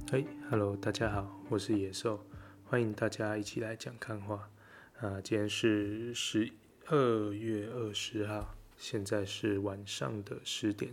嘿，Hello，大家好，我是野兽，欢迎大家一起来讲看话。今天是12月20号，现在是晚上的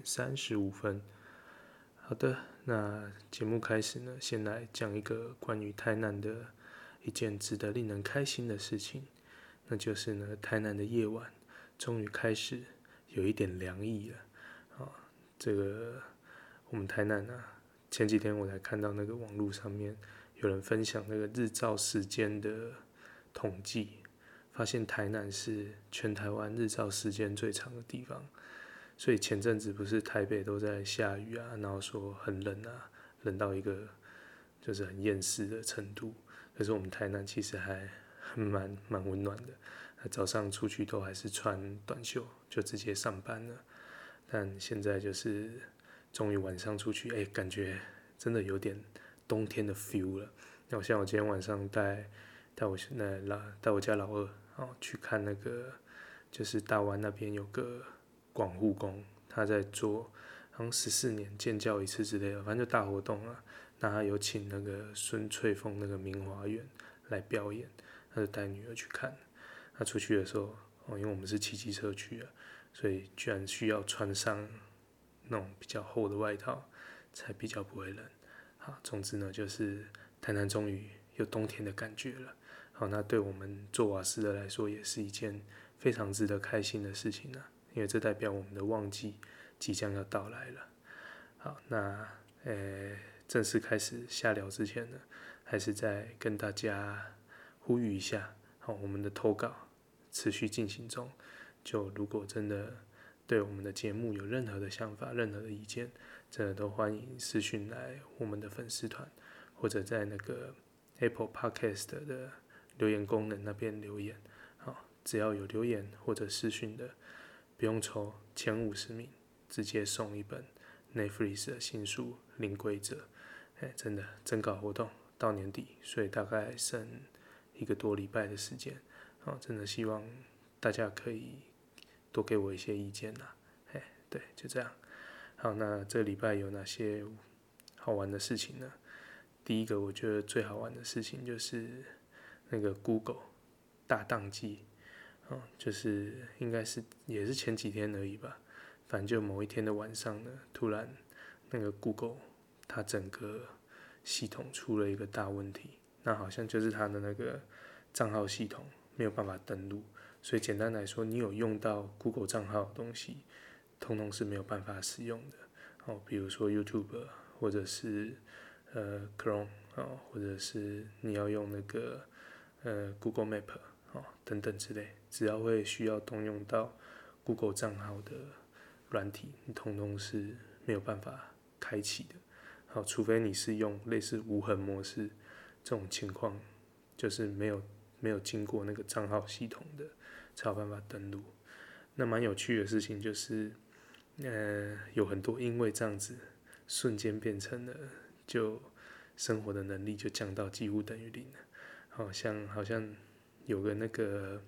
10:35。好的，那节目开始呢，先来讲一个关于台南的一件值得令人开心的事情，那就是呢，台南的夜晚终于开始有一点凉意了。这个我们台南前几天我才看到那个网络上面有人分享那个日照时间的统计，发现台南是全台湾日照时间最长的地方。所以前阵子不是台北都在下雨然后说很冷冷到一个就是很厌世的程度。可是我们台南其实还蛮温暖的，早上出去都还是穿短袖就直接上班了。但现在就是终于晚上出去，感觉真的有点冬天的 feel 了。那像我今天晚上带我家老二去看那个，就是大湾那边有个广护宫，他在做好像14年建教一次之类的，反正就大活动啊。那他有请那个孙翠凤那个明华园来表演，他就带女儿去看。他出去的时候，因为我们是骑机车去的，所以居然需要穿上那种比较厚的外套，才比较不会冷。好，总之呢，就是台南终于有冬天的感觉了。好，那对我们做瓦斯的来说，也是一件非常值得开心的事情因为这代表我们的旺季即将要到来了。好，那正式开始瞎聊之前呢，还是再跟大家呼吁一下，我们的投稿持续进行中。就如果真的对我们的节目有任何的想法、任何的意见，真的都欢迎私讯来我们的粉丝团，或者在那个 Apple Podcast 的留言功能那边留言。只要有留言或者私讯的，不用抽，前50名直接送一本 Netflix 的新书《零规则》。真的征稿活动到年底，所以大概剩1个多礼拜的时间。真的希望大家可以多给我一些意见对，就这样。好，那这礼拜有哪些好玩的事情呢？第一个我觉得最好玩的事情就是那个 Google 大宕机，就是应该是也是前几天而已吧，反正就某一天的晚上呢，突然那个 Google 它整个系统出了一个大问题，那好像就是它的那个账号系统没有办法登录，所以简单来说，你有用到 Google 账号的东西，通通是没有办法使用的。比如说 YouTube 或者是Chrome 或者是你要用那个Google Map 等等之类，只要会需要动用到 Google 账号的软体，你通通是没有办法开启的。除非你是用类似无痕模式这种情况，就是没有经过那个账号系统的，才有办法登录。那蛮有趣的事情就是，有很多因为这样子，瞬间变成了就生活的能力就降到几乎等于零了。好像有个那个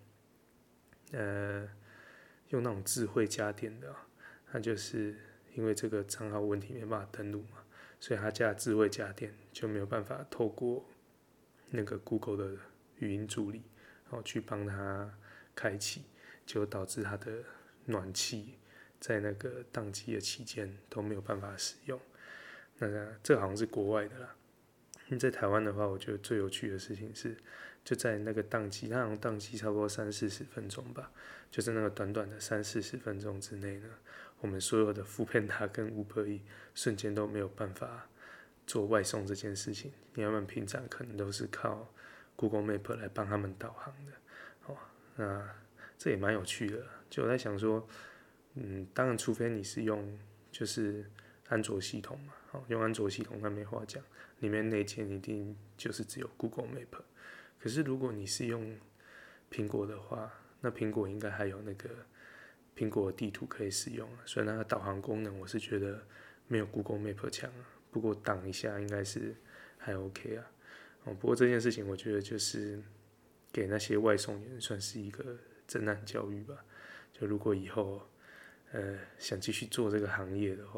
用那种智慧家电的他就是因为这个账号问题没办法登录嘛，所以他家的智慧家电就没有办法透过那个 Google 的语音助理，去帮他开启，就导致他的暖气在那个宕机的期间都没有办法使用。那这好像是国外的啦。在台湾的话，我觉得最有趣的事情是，就在那个宕机，它好像宕机差不多30-40分钟吧，就是那个短短的30-40分钟之内呢，我们所有的Foodpanda跟 Uber Eats 瞬间都没有办法做外送这件事情，因为他们平常可能都是靠 Google Map 来帮他们导航的。那这也蛮有趣的，就我在想说，当然除非你是用就是安卓系统嘛，用安卓系统那没话讲，里面内建一定就是只有 Google Map。可是如果你是用苹果的话，那苹果应该还有那个苹果地图可以使用所以那个导航功能我是觉得没有 Google Map 强不过挡一下应该是还 OK 不过这件事情我觉得就是给那些外送员算是一个震撼教育吧。就如果以后想继续做这个行业的话，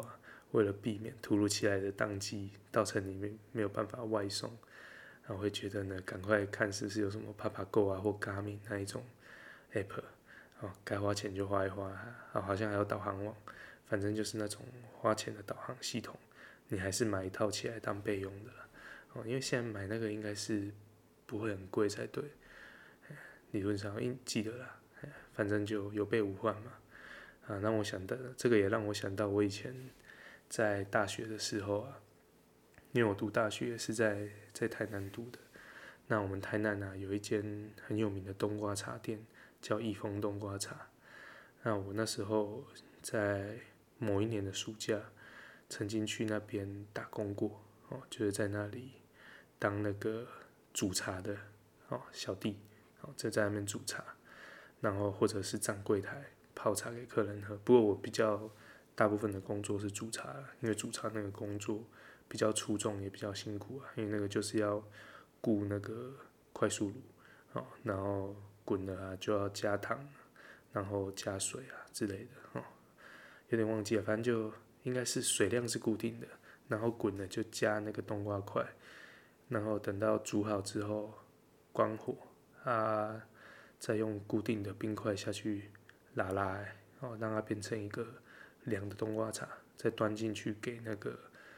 为了避免突如其来的宕机，到城里面没有办法外送，然后会觉得呢，赶快看是不是有什么 Papago 啊或 Garmin 那一种 app，该花钱就花一花，好像还有导航网，反正就是那种花钱的导航系统，你还是买一套起来当备用的啦。因为现在买那个应该是不会很贵才对，理论上记得啦，反正就有备无患嘛。让我想到这个也让我想到我以前在大学的时候啊，因为我读大学也是在台南读的，那我们台南啊有一间很有名的冬瓜茶店，叫益丰冬瓜茶。那我那时候在某一年的暑假，曾经去那边打工过，就是在那里当那个煮茶的小弟，就在那边煮茶，然后或者是站柜台泡茶给客人喝。不过我比较大部分的工作是煮茶，因为煮茶那个工作比较出众也比较辛苦啊，因为那个就是要顾那个快速炉，然后滚了啊就要加糖，然后加水啊之类的，有点忘记了，反正就应该是水量是固定的，然后滚了就加那个冬瓜块，然后等到煮好之后关火啊，再用固定的冰块下去拉，让它变成一个凉的冬瓜茶，再端进去给那个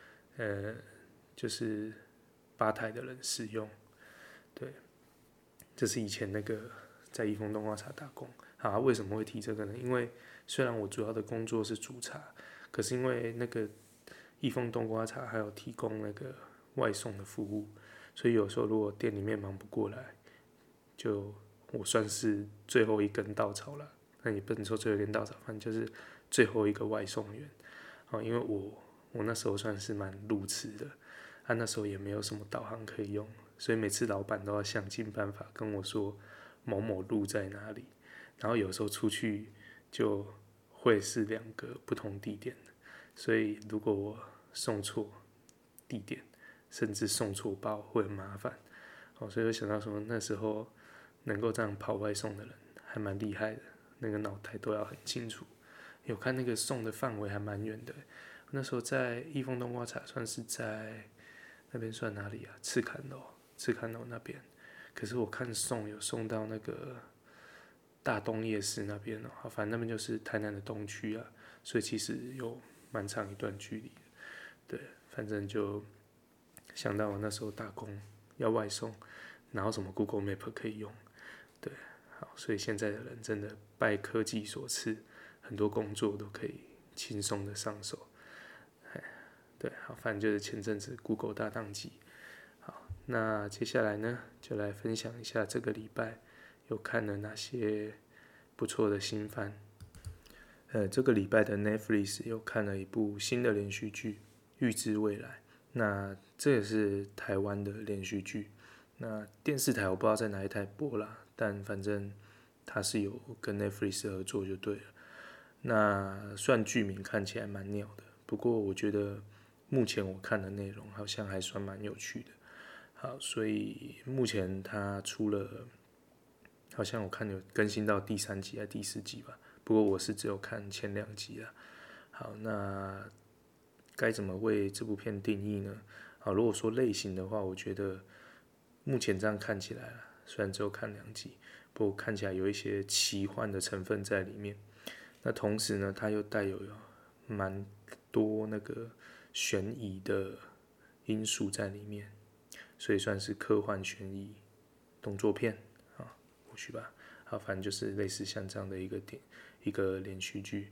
就是吧台的人使用。对，这是以前那个在益丰冬瓜茶打工。为什么会提这个呢？因为虽然我主要的工作是煮茶，可是因为那个益丰冬瓜茶还有提供那个外送的服务，所以有时候如果店里面忙不过来，就我算是最后一根稻草了。那也不能说最后一根稻草，反正就是最后一个外送员。因为我那时候算是蛮路痴的，那时候也没有什么导航可以用，所以每次老板都要想尽办法跟我说某某路在哪里，然后有时候出去就会是2个不同地点，所以如果我送错地点，甚至送错包会很麻烦。所以我想到说那时候能够这样跑外送的人还蛮厉害的，那个脑袋都要很清楚。有看那个送的范围还蛮远的，那时候在益丰冬瓜茶算是在那边算哪里啊？赤坎楼那边。可是我看送有送到那个大东夜市那边反正那边就是台南的东区啊，所以其实有蛮长一段距离的。对，反正就想到我那时候打工要外送，然后什么 Google Map 可以用。对，好，所以现在的人真的拜科技所赐，很多工作都可以轻松的上手。对，好，反正就是前阵子 Google 大宕机。好，那接下来呢，就来分享一下这个礼拜有看了哪些不错的新番。这个礼拜的 Netflix 又看了一部新的连续剧《预知未来》，那这也是台湾的连续剧。那电视台我不知道在哪一台播啦，但反正它是有跟 Netflix 合作就对了。那算剧名看起来蛮鸟的，不过我觉得目前我看的内容好像还算蛮有趣的。好，所以目前它出了，好像我看有更新到第3集还是第4集吧。不过我是只有看前2集啦。好，那该怎么为这部片定义呢？好，如果说类型的话，我觉得目前这样看起来虽然只有看2集，不过看起来有一些奇幻的成分在里面。那同时呢，它又带有蛮多那个悬疑的因素在里面，所以算是科幻悬疑动作片或许吧。好，反正就是类似像这样的一个连续剧。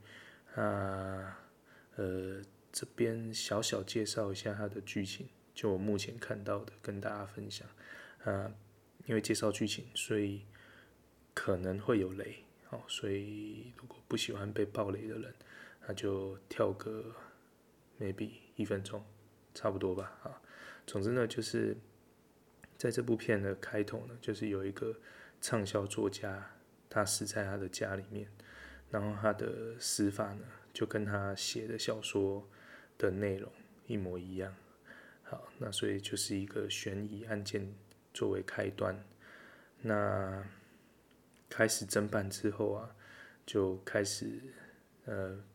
这边小小介绍一下它的剧情，就我目前看到的跟大家分享。因为介绍剧情，所以可能会有雷，所以如果不喜欢被爆雷的人，那就跳个 maybe 1分钟，差不多吧。总之呢，就是在这部片的开头呢，就是有一个畅销作家，他死在他的家里面，然后他的死法呢，就跟他写的小说的内容一模一样。好，那所以就是一个悬疑案件作为开端。那开始侦办之后就开始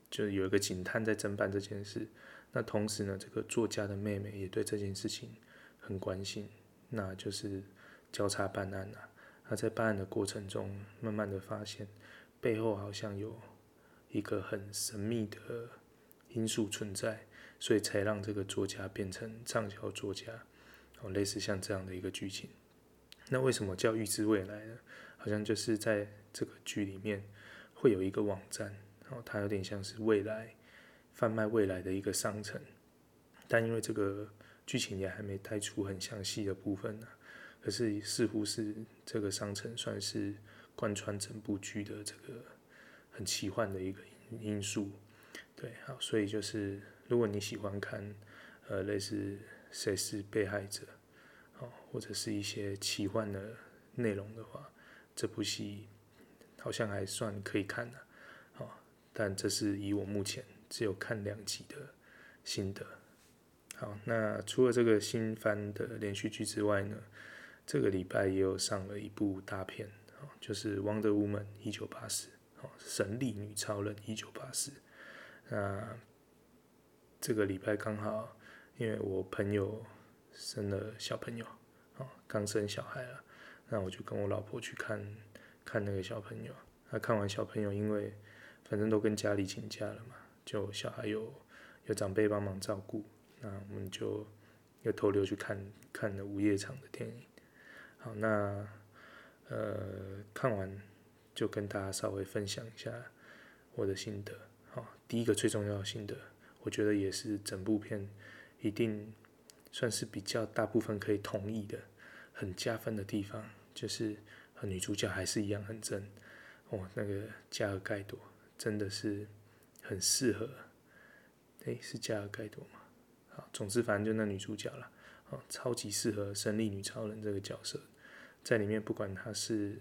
就有一个警探在侦办这件事。那同时呢，这个作家的妹妹也对这件事情很关心，那就是交叉办案啊。他在办案的过程中，慢慢的发现背后好像有一个很神秘的因素存在，所以才让这个作家变成畅销作家。类似像这样的一个剧情。那为什么叫预知未来呢？好像就是在这个剧里面会有一个网站，它有点像是未来贩卖未来的一个商城，但因为这个剧情也还没带出很详细的部分呢，可是似乎是这个商城算是贯穿整部剧的这个很奇幻的一个因素。对，好，所以就是如果你喜欢看类似谁是被害者，或者是一些奇幻的内容的话，这部戏好像还算可以看的。但这是以我目前只有看2集的心得。好，那除了这个新番的连续剧之外呢，这个礼拜也有上了一部大片，就是《Wonder Woman 1984》，神力女超人1984。那这个礼拜刚好，因为我朋友生了小朋友，刚生小孩了，那我就跟我老婆去看那个小朋友。那看完小朋友，因为反正都跟家里请假了嘛，就小孩有长辈帮忙照顾，那我们就又偷溜去看了午夜场的电影。好，那看完就跟大家稍微分享一下我的心得。第一个最重要的心得，我觉得也是整部片一定算是比较大部分可以同意的，很加分的地方，就是女主角还是一样很正。那个加尔盖朵真的是很适合，是加尔盖朵吗？好，总之反正就那女主角啦，超级适合神力女超人这个角色，在里面不管她是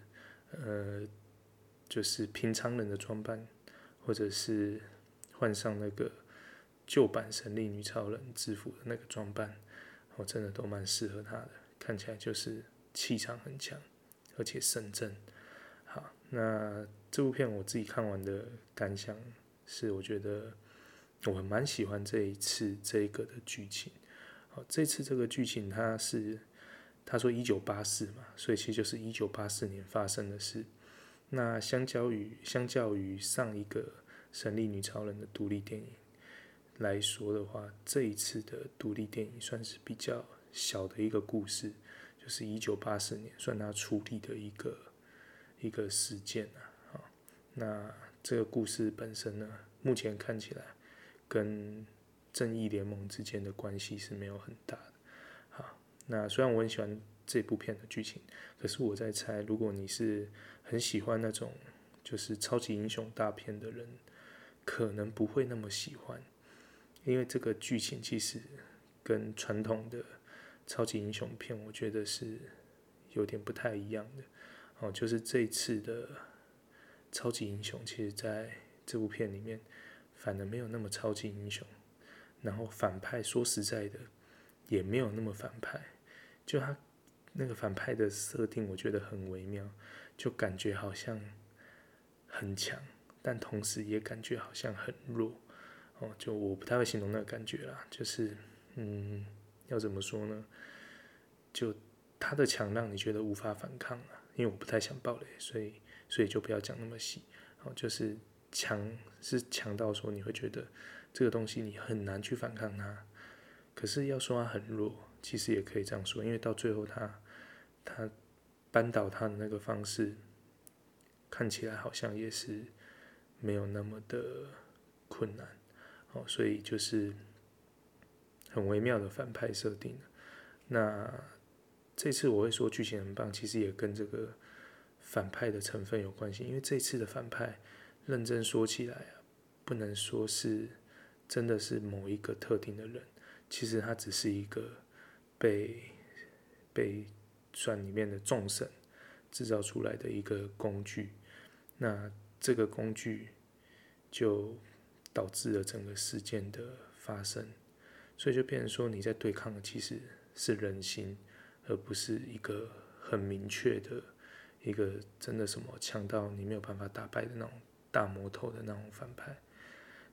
就是平常人的装扮，或者是换上那个旧版神力女超人制服的那个装扮，真的都蛮适合她的，看起来就是气场很强，而且神正。好，那这部片我自己看完的感想是，我觉得我蛮喜欢这一次这个的剧情。这次这个剧情它说1984嘛，所以其实就是1984年发生的事。那相较于上一个神力女超人的独立电影来说的话，这一次的独立电影算是比较小的一个故事，就是1984年算他处理的一个事件啊。那这个故事本身呢，目前看起来跟正义联盟之间的关系是没有很大的。好，那虽然我很喜欢这部片的剧情，可是我在猜，如果你是很喜欢那种就是超级英雄大片的人，可能不会那么喜欢，因为这个剧情其实跟传统的超级英雄片，我觉得是有点不太一样的。就是这一次的超级英雄，其实在这部片里面反而没有那么超级英雄，然后反派说实在的也没有那么反派，就他那个反派的设定，我觉得很微妙，就感觉好像很强，但同时也感觉好像很弱。就我不太会形容那个感觉啦，就是要怎么说呢？就他的强让你觉得无法反抗啊，因为我不太想爆雷，所以就不要讲那么细。就是强到说你会觉得这个东西你很难去反抗它，可是要说它很弱，其实也可以这样说，因为到最后他扳倒他的那个方式，看起来好像也是没有那么的困难。所以就是很微妙的反派设定。那这次我会说剧情很棒，其实也跟这个反派的成分有关系，因为这次的反派认真说起来啊，不能说是真的是某一个特定的人，其实他只是一个被算里面的众神制造出来的一个工具。那这个工具就导致了整个事件的发生，所以就变成说你在对抗的其实是人心，而不是一个很明确的一个真的什么强到你没有办法打败的那种大魔头的那种反派。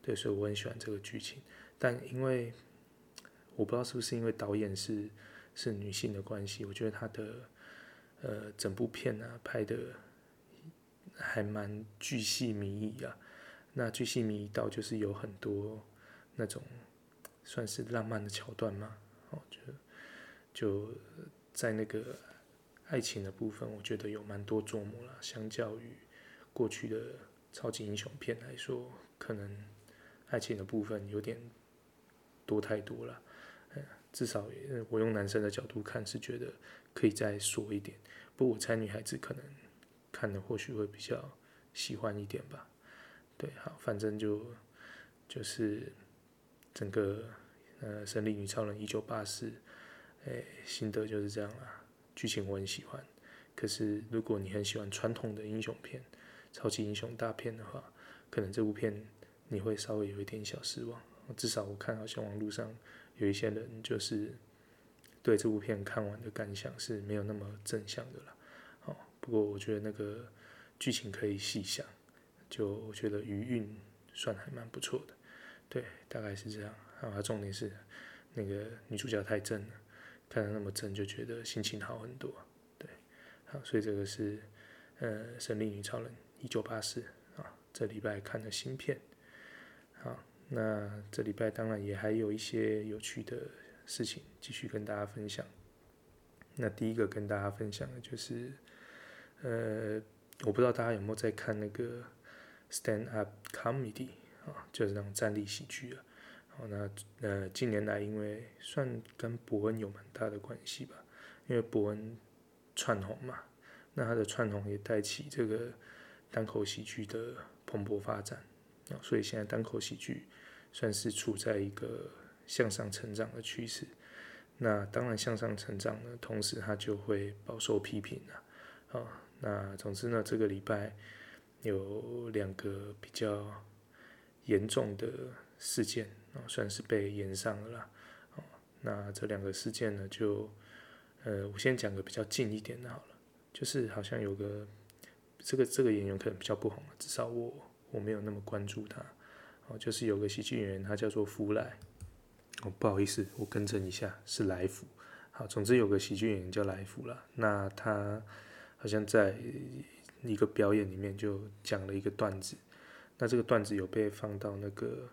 对，所以我很喜欢这个剧情。但因为我不知道是不是因为导演是女性的关系，我觉得她的整部片啊拍的还蛮巨细靡遗啊。那巨细靡遗到就是有很多那种算是浪漫的桥段嘛，就在那个爱情的部分，我觉得有蛮多琢磨啦。相较于过去的超级英雄片来说，可能爱情的部分有点多太多了。至少我用男生的角度看是觉得可以再说一点，不过我猜女孩子可能看的或许会比较喜欢一点吧。对，好，反正就是整个神力女超人1984，心得就是这样啦。剧情我很喜欢，可是如果你很喜欢传统的英雄片、超级英雄大片的话，可能这部片你会稍微有一点小失望。至少我看好像网络上有一些人就是对这部片看完的感想是没有那么正向的啦。不过我觉得那个剧情可以细想，就我觉得余韵算还蛮不错的。对，大概是这样。重点是那个女主角太正了，看她那么正就觉得心情好很多。对，好，所以这个是神力女超人1984啊，这礼拜看的新片。好，那这礼拜当然也还有一些有趣的事情继续跟大家分享。那第一个跟大家分享的就是，我不知道大家有没有在看那个 stand up comedy 啊，就是那种站立喜剧啊。那近年来因为算跟伯恩有蛮大的关系吧，因为伯恩窜红嘛，那他的窜红也带起这个单口喜剧的蓬勃发展，所以现在单口喜剧算是处在一个向上成长的趋势。那当然向上成长呢，同时它就会饱受批评啊。那总之呢，这个礼拜有2个比较严重的事件算是被延上了啦。那这2个事件呢，我先讲个比较近一点的好了，就是好像有个这个演员可能比较不红，至少我没有那么关注他。就是有个喜剧演员，他叫做福来。不好意思，我更正一下，是来福。好，总之有个喜剧演员叫来福啦。那他好像在一个表演里面就讲了一个段子，那这个段子有被放到那个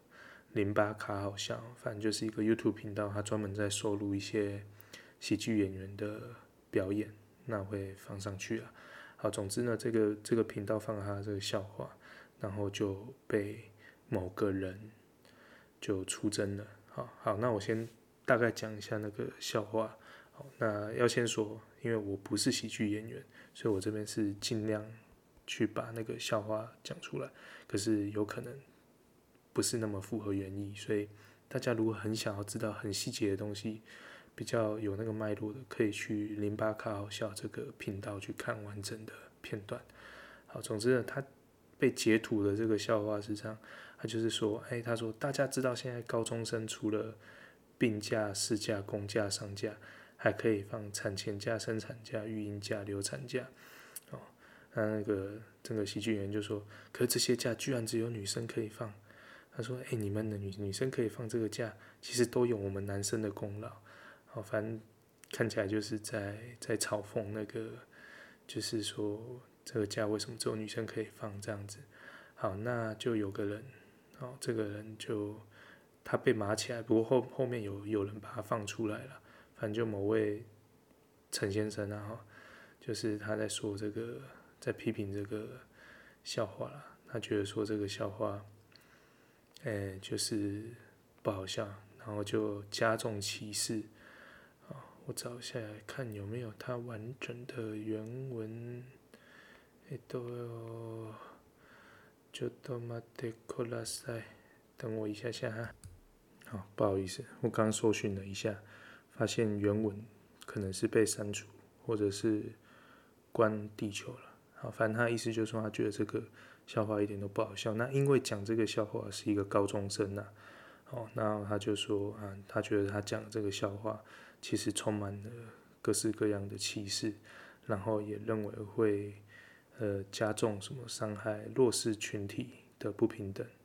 08卡好笑，反正就是一个 YouTube 频道，他专门在收录一些喜剧演员的表演，那会放上去啊。好，总之呢，这个频道放他这个笑话，然后就被某个人就出征了。好，那我先大概讲一下那个笑话。好，那要先说，因为我不是喜剧演员，所以我这边是尽量去把那个笑话讲出来，可是有可能不是那么符合原意，所以大家如果很想要知道很细节的东西，比较有那个脉络的，可以去08卡好笑这个频道去看完整的片段。好，总之呢，他被截图的这个笑话是这样，他就是说，他说大家知道现在高中生除了病假、事假、公假、丧假，还可以放产前假、生产假、育婴假、流产假。那个整个喜剧演员就说，可是这些假居然只有女生可以放。他说，你们的女生可以放这个假，其实都有我们男生的功劳。好，反正看起来就是在嘲讽那个，就是说这个假为什么只有女生可以放这样子。好，那就有个人，这个人就他被码起来，不过后面有人把他放出来了。反正就某位陈先生啊，就是他在说这个，在批评这个笑话啦。他觉得说这个笑话，就是不好笑，然后就加重歧视。我找一下来看有没有他完整的原文。ちょっと待ってください，等我一下下哈。好，不好意思，我刚刚搜寻了一下，发现原文可能是被删除，或者是关地球了。好，反正他的意思就是说，他觉得这个笑话一点都不好笑。那因为讲这个笑话是一个高中生呐，那他就说他觉得他讲这个笑话其实充满了各式各样的歧视，然后也认为会加重什么伤害弱势群体的不平等。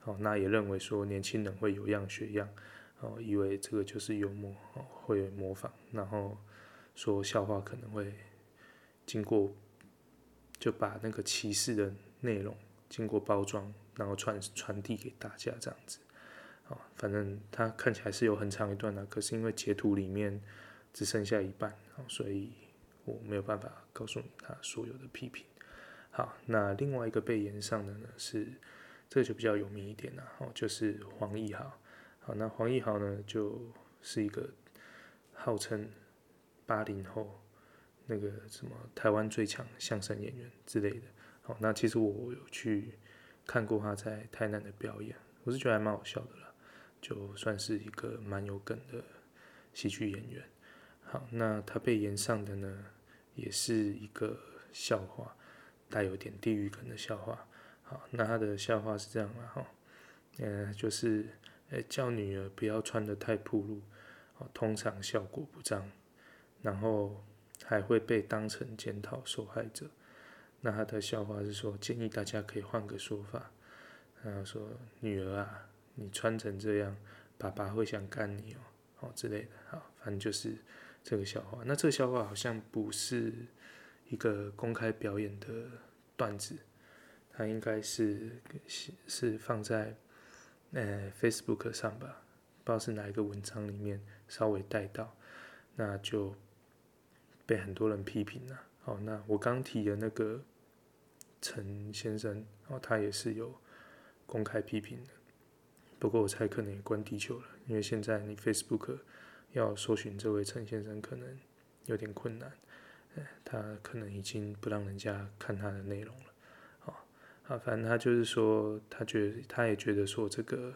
那也认为说年轻人会有样学样，以为这个就是幽默，会模仿，然后说笑话可能会经过就把那个歧视的内容经过包装，然后传递给大家这样子。反正它看起来是有很长一段的，可是因为截图里面只剩下一半，所以我没有办法告诉你他所有的批评。好，那另外一个被延上的呢是这个就比较有名一点啦，就是黄义豪。好，那黄义豪呢就是一个号称80后那个什么台湾最强相声演员之类的。好，那其实我有去看过他在台南的表演，我是觉得还蛮好笑的啦，就算是一个蛮有梗的喜剧演员。好，那他被延上的呢，也是一个笑话，带有点地狱梗的笑话。好，那他的笑话是这样啦，就是叫女儿不要穿得太暴露，通常效果不彰，然后还会被当成检讨受害者。那他的笑话是说，建议大家可以换个说法，说女儿啊，你穿成这样，爸爸会想干你之类的。好，反正就是这个笑话。那这个笑话好像不是一个公开表演的段子，它应该是放在Facebook 上吧，不知道是哪一个文章里面稍微带到，那就被很多人批评了。那我刚提的那个陈先生，他也是有公开批评的，不过我猜可能也关地球了，因为现在你 Facebook 要搜寻这位陈先生可能有点困难，他可能已经不让人家看他的内容了。反正他就是说，他也觉得说这个，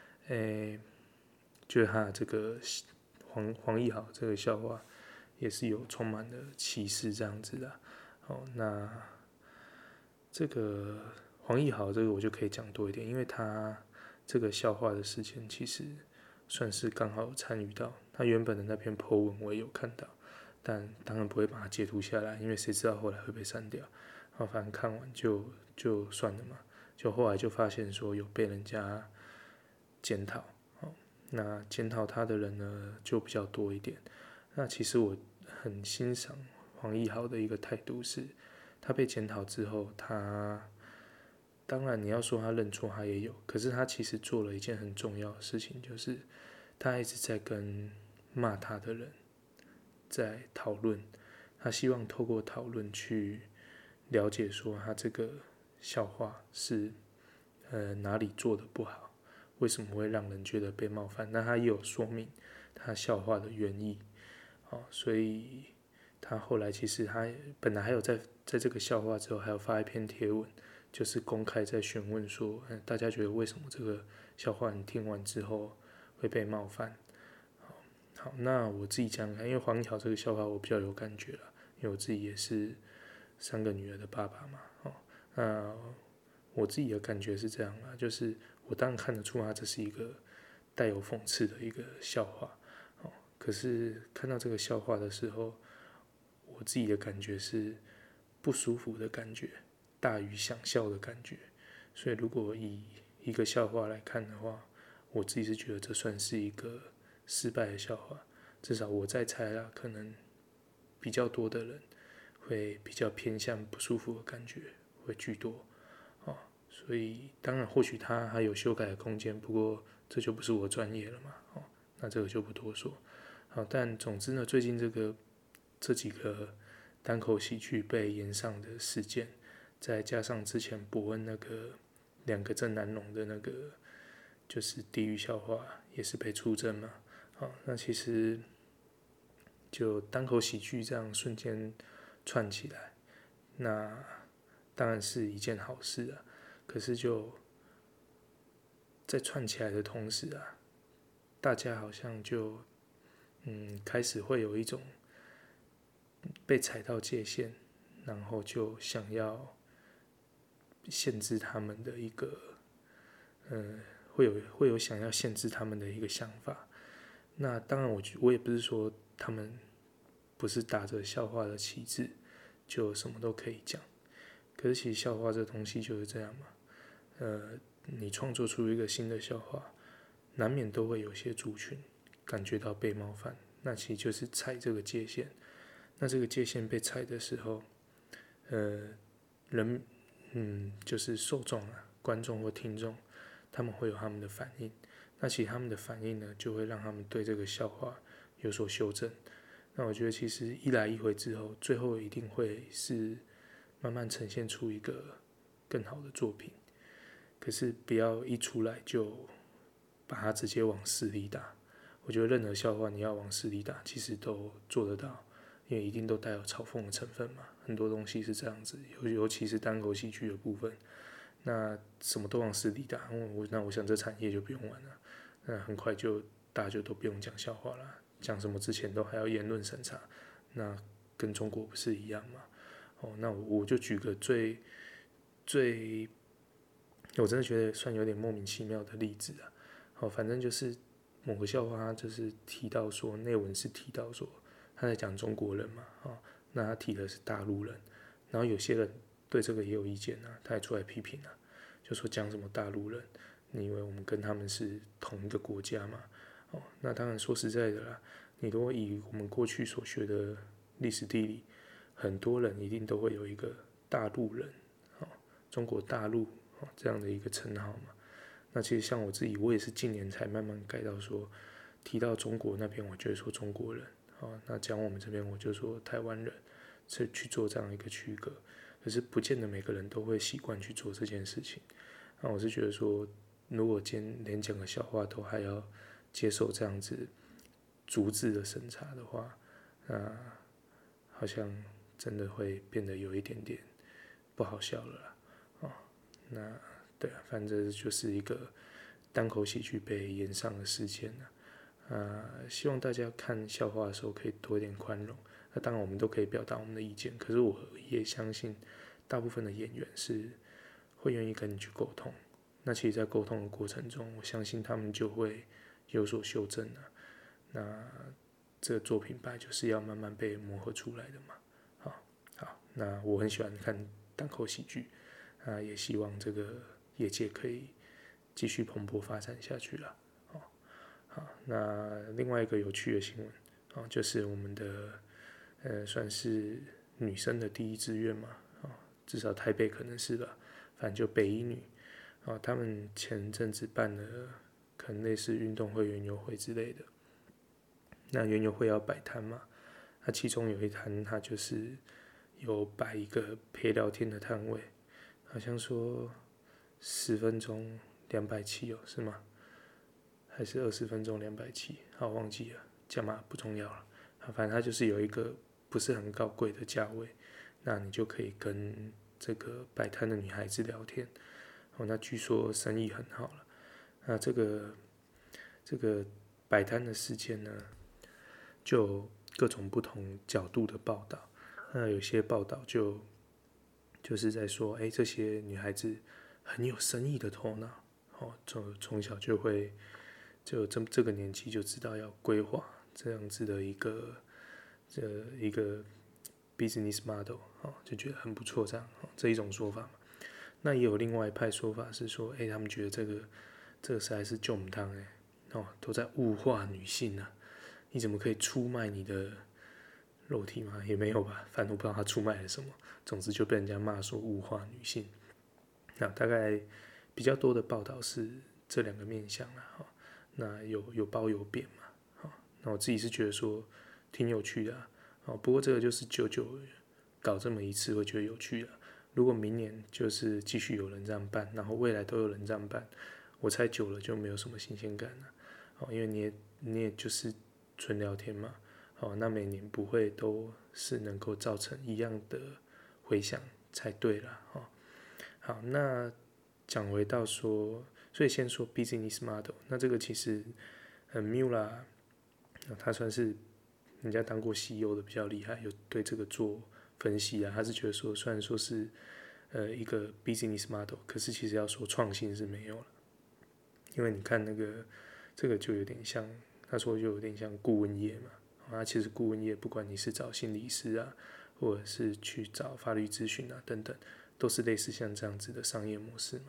就是他这个黄义豪这个笑话也是有充满了歧视这样子的。那这个黄义豪这个我就可以讲多一点，因为他这个笑话的事情其实算是刚好有参与到，他原本的那篇 po 文我也有看到，但当然不会把它截图下来，因为谁知道后来会被删掉。反正看完就算了嘛，就后来就发现说有被人家检讨，那检讨他的人呢就比较多一点。那其实我很欣赏黄义豪的一个态度是，他被检讨之后，他当然你要说他认错，他也有，可是他其实做了一件很重要的事情，就是他一直在跟骂他的人在讨论，他希望透过讨论去了解说他这个笑话是哪里做的不好，为什么会让人觉得被冒犯。那他也有说明他笑话的原意，所以他后来其实他本来还有在这个笑话之后还有发一篇贴文，就是公开在询问说，大家觉得为什么这个笑话你听完之后会被冒犯。好，那我自己讲看，因为黄义豪这个笑话我比较有感觉了，因为我自己也是3个女儿的爸爸嘛。那我自己的感觉是这样啦，就是我当然看得出他这是一个带有讽刺的一个笑话，可是看到这个笑话的时候，我自己的感觉是不舒服的感觉，大于想笑的感觉。所以如果以一个笑话来看的话，我自己是觉得这算是一个失败的笑话，至少我在猜啦，可能比较多的人会比较偏向不舒服的感觉会居多，所以当然或许他还有修改的空间，不过这就不是我专业了嘛，那这个就不多说。好，但总之呢，最近这几个单口喜剧被延上的事件，再加上之前伯恩那个2个郑南榕的那个就是地狱笑话也是被出征嘛，那其实就单口喜剧这样瞬间串起来，那当然是一件好事啊。可是就在串起来的同时啊，大家好像就开始会有一种被踩到界限，然后就想要限制他们的一个会有想要限制他们的一个想法。那当然我也不是说他们不是打着笑话的旗帜就什么都可以讲，可是其实笑话这东西就是这样嘛， 你创作出一个新的笑话，难免都会有些族群感觉到被冒犯，那其实就是踩这个界限。那这个界限被踩的时候，人，就是受众啊，观众或听众，他们会有他们的反应。那其实他们的反应呢，就会让他们对这个笑话有所修正。那我觉得其实一来一回之后，最后一定会是慢慢呈现出一个更好的作品。可是不要一出来就把它直接往死里打。我觉得任何笑话你要往死里打，其实都做得到，因为一定都带有嘲讽的成分嘛。很多东西是这样子，尤其是单口喜剧的部分，那什么都往死里打，那我想这产业就不用玩了。那很快就大家就都不用讲笑话了，讲什么之前都还要言论审查，那跟中国不是一样吗？那我就举个最我真的觉得算有点莫名其妙的例子啊。反正就是某个笑话，他就是提到说内文是提到说他在讲中国人嘛，那他提的是大陆人，然后有些人对这个也有意见啊，他也出来批评啊，就说讲什么大陆人，你以为我们跟他们是同一个国家吗？那当然说实在的啦，你如果以我们过去所学的历史地理，很多人一定都会有一个大陆人，中国大陆这样的一个称号嘛。那其实像我自己，我也是近年才慢慢改到说，提到中国那边，我就会说中国人，那讲我们这边，我就说台湾人，是去做这样一个区隔。可是不见得每个人都会习惯去做这件事情。那我是觉得说，如果今天连讲个笑话都还要接受这样子逐字的审查的话，那好像真的会变得有一点点不好笑了啦。那对啊，反正就是一个单口喜剧被延上的事件希望大家看笑话的时候可以多一点宽容。那当然我们都可以表达我们的意见，可是我也相信大部分的演员是会愿意跟你去沟通。那其实，在沟通的过程中，我相信他们就会有所修正了。那这个作品本来就是要慢慢被磨合出来的嘛。好，那我很喜欢看单口喜剧，也希望这个业界可以继续蓬勃发展下去了。好，那另外一个有趣的新闻就是我们的算是女生的第一志愿嘛，至少台北可能是吧，反正就北一女他们前阵子办了可能类似运动会、园游会之类的。那园游会要摆摊嘛，那其中有一摊它就是有摆一个陪聊天的摊位，好像说10分钟270是吗？还是20分钟270？好，忘记了，价码不重要了。反正它就是有一个不是很高贵的价位，那你就可以跟这个摆摊的女孩子聊天。那据说生意很好了。那这个摆摊的事件呢，就有各种不同角度的报道。那有些报道就是在说，这些女孩子很有生意的头脑，从小就会这个年纪就知道要规划这样子的一个business model，就觉得很不错这一种说法嘛。那也有另外一派说法是说，他们觉得这个实在是就唔当都在物化女性啊！你怎么可以出卖你的肉体吗？也没有吧，反正我不知道他出卖了什么。总之就被人家骂说物化女性。那大概比较多的报道是这两个面向啦，那有褒有贬嘛，那我自己是觉得说挺有趣的不过这个就是久久搞这么一次会觉得有趣的。如果明年就是继续有人这样办，然后未来都有人这样办，我猜久了就没有什么新鲜感了。因为你也就是纯聊天嘛，那每年不会都是能够造成一样的回响才对啦。好，那讲回到说，所以先说 business model， 那这个其实Mula 他算是人家当过 CEO 的比较厉害，有对这个做分析他是觉得说虽然说是一个 business model， 可是其实要说创新是没有了，因为你看这个就有点像，他说就有点像顾问业嘛，其实顾问业不管你是找心理师或者是去找法律咨询等等，都是类似像这样子的商业模式嘛。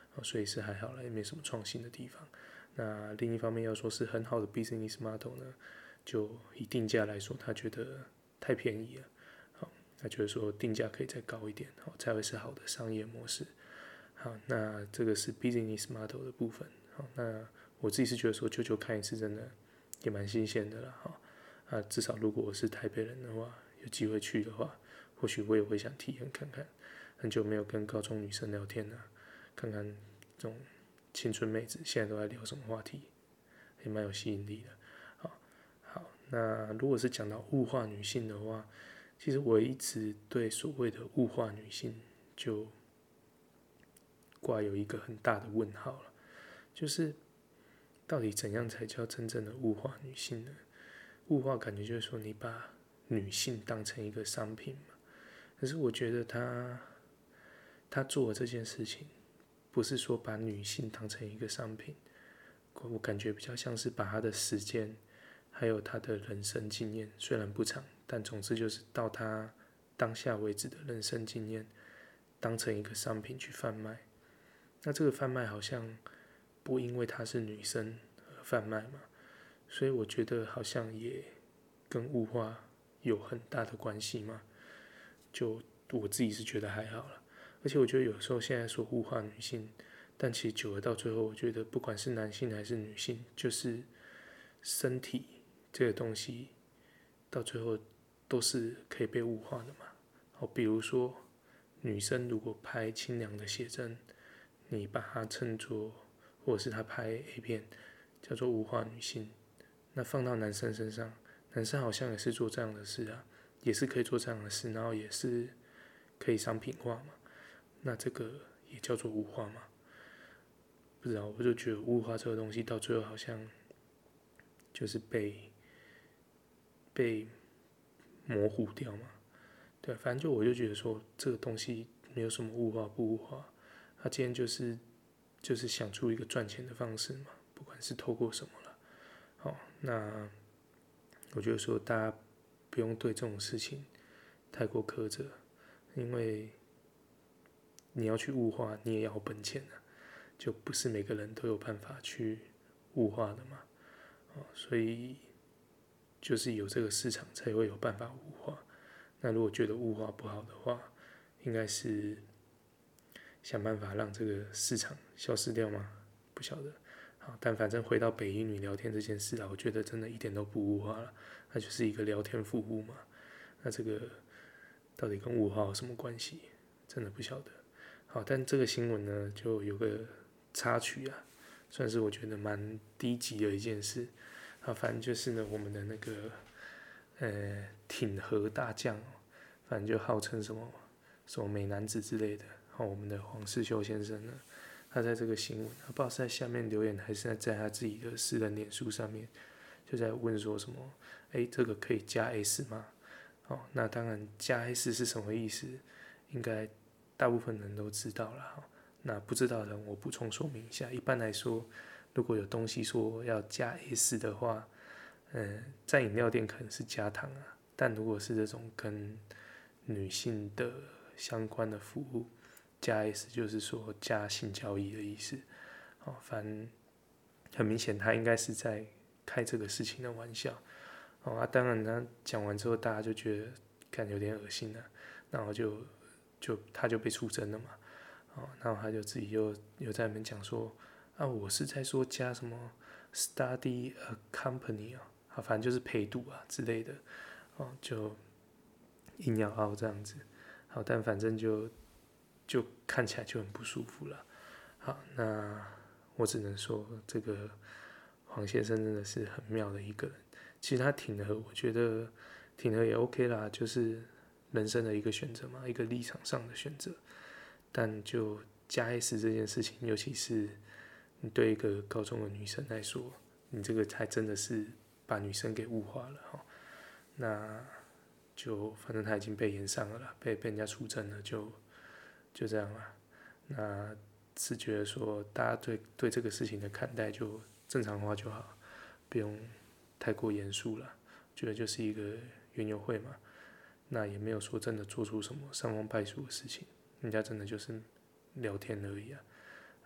所以是还好啦，也没什么创新的地方。那另一方面要说是很好的 business model 呢，就以定价来说，他觉得太便宜了，好，他觉得说定价可以再高一点，好，才会是好的商业模式。好，那这个是 business model 的部分。好，那我自己是觉得说，久久看一次真的也蛮新鲜的啦。好，至少如果我是台北人的话，有机会去的话，或许我也会想体验看看。很久没有跟高中女生聊天了，看看这种青春妹子现在都在聊什么话题，也蛮有吸引力的。好，那如果是讲到物化女性的话，其实我一直对所谓的物化女性就挂有一个很大的问号了，就是到底怎样才叫真正的物化女性呢？物化感觉就是说你把女性当成一个商品嘛，可是我觉得他做的这件事情，不是说把女性当成一个商品，我感觉比较像是把她的时间，还有她的人生经验，虽然不长，但总之就是到她当下为止的人生经验，当成一个商品去贩卖。那这个贩卖好像不因为她是女生而贩卖嘛，所以我觉得好像也跟物化有很大的关系嘛。就我自己是觉得还好了，而且我觉得有时候现在说物化女性，但其实久了到最后，我觉得不管是男性还是女性，就是身体这个东西，到最后都是可以被物化的嘛。好，比如说女生如果拍清凉的写真，你把它称作，或者是她拍 A 片，叫做物化女性，那放到男生身上，男生好像也是做这样的事啊，也是可以做这样的事，然后也是可以商品化嘛，那这个也叫做物化嘛？不知道，我就觉得物化这个东西到最后好像就是被模糊掉嘛。对，反正我就觉得说这个东西没有什么物化不物化，他今天就是想出一个赚钱的方式嘛，不管是透过什么了。好，那我觉得说大家不用对这种事情太过苛责，因为你要去物化，你也要本钱的，就不是每个人都有办法去物化的嘛。所以就是有这个市场才会有办法物化。那如果觉得物化不好的话，应该是想办法让这个市场消失掉吗？不晓得。好，但反正回到北一女聊天这件事啊，我觉得真的一点都不物化了，它就是一个聊天服务嘛。那这个到底跟物化有什么关系？真的不晓得。好，但这个新闻呢，就有个插曲啊，算是我觉得蛮低级的一件事。啊，反正就是呢，我们的那个挺和大将，反正就号称什么美男子之类的。我们的黄世修先生呢，他在这个新闻，不知道是在下面留言还是在他自己的私人脸书上面，就在问说什么，这个可以加 S 吗？那当然加 S 是什么意思？应该大部分人都知道了。那不知道的人我补充说明一下，一般来说，如果有东西说要加 S 的话，在饮料店可能是加糖啊，但如果是这种跟女性的相关的服务，加 S 就是说加性交易的意思。反正很明显他应该是在开这个事情的玩笑。当然他讲完之后，大家就觉得感有点恶心了，然后他就被出征了嘛。然后他就自己又在那边讲说，我是在说加什么 study a company 反正就是陪读啊之类的，就硬要凹这样子。好，但反正就看起来就很不舒服了。好，那我只能说，这个黄先生真的是很妙的一个人。其实他挺和，我觉得挺和也 OK 啦，就是人生的一个选择嘛，一个立场上的选择。但就加 S 这件事情，尤其是你对一个高中的女生来说，你这个才真的是把女生给物化了。那就反正他已经被延上了啦，被人家出征了，就这样啦。那是觉得说大家对这个事情的看待就正常化就好，不用太过严肃了。觉得就是一个园游会嘛，那也没有说真的做出什么伤风败俗的事情，人家真的就是聊天而已啊。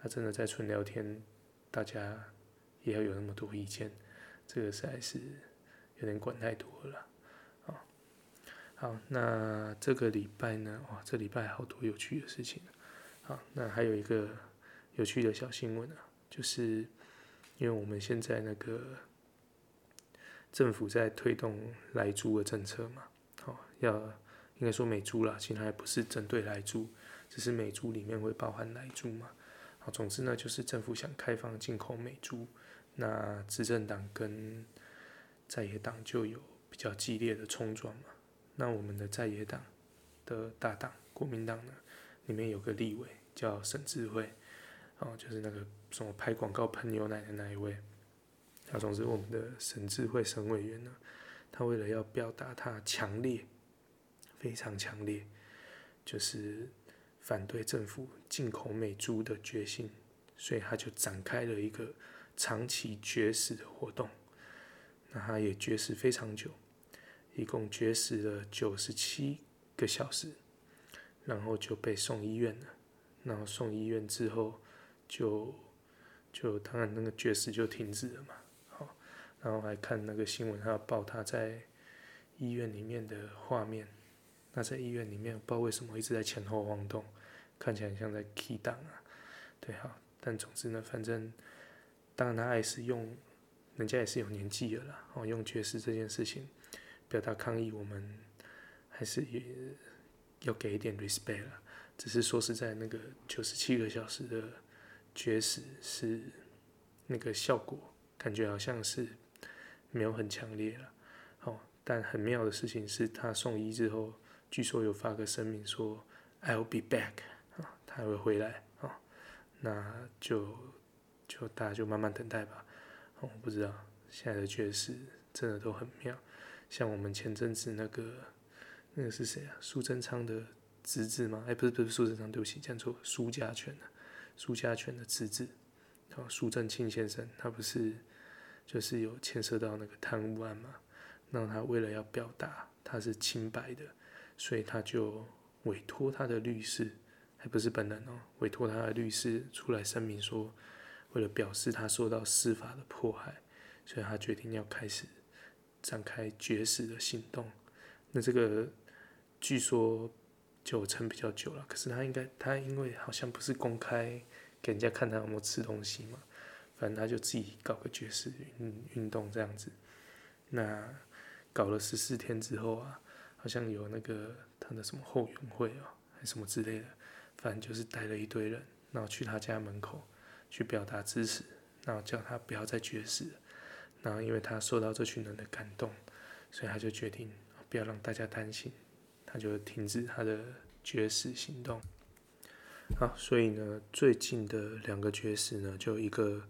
真的在纯聊天，大家也要有那么多意见，这个实在是有点管太多了啦。好，那这个礼拜呢，哇，这礼拜好多有趣的事情。好，那还有一个有趣的小新闻啊，就是因为我们现在那个政府在推动莱猪的政策嘛，应该说美猪啦，其实还不是针对莱猪，只是美猪里面会包含莱猪嘛。好，总之呢，就是政府想开放进口美猪，那执政党跟在野党就有比较激烈的冲撞嘛。那我们的在野党的大党国民党呢，里面有个立委叫沈智慧，就是那个什么拍广告喷牛奶的那一位。总之我们的沈智慧沈委员呢，他为了要表达他强烈、非常强烈，就是反对政府进口美猪的决心，所以他就展开了一个长期绝食的活动。那他也绝食非常久，一共绝食了97个小时，然后就被送医院了。然后送医院之后就当然那个绝食就停止了嘛。好，然后还看那个新闻，还有报他在医院里面的画面。那在医院里面，不知道为什么一直在前后晃动，看起来像在 key 档啊。对，好，但总之呢，反正当然他也是用，人家也是有年纪了啦，用绝食这件事情表达抗议，我们还是也要给一点 respect 啦。只是说实在，那个97个小时的绝食是那个效果，感觉好像是没有很强烈了。但很妙的事情是他送医之后，据说有发个声明说 "I'll be back" 他会回来那就大家就慢慢等待吧。我不知道现在的爵士真的都很妙，像我们前阵子那个是谁啊？苏贞昌的侄子吗？不是苏贞昌，对不起，讲错，苏家全的侄子，苏正清先生，他不是就是有牵涉到那个贪污案嘛？那他为了要表达他是清白的，所以他就委托他的律师，还不是本人委托他的律师出来声明说，为了表示他受到司法的迫害，所以他决定要开始展开绝食的行动。那这个据说就撑比较久了，可是他因为好像不是公开给人家看他有没有吃东西嘛，反正他就自己搞个绝食运动这样子。那搞了14天之后啊，好像有那个他的什么后援会还是什么之类的，反正就是带了一堆人，然后去他家门口去表达支持，然后叫他不要再绝食了。然后因为他受到这群人的感动，所以他就决定不要让大家担心，他就停止他的绝食行动。好，所以呢，最近的2个绝食呢，就一个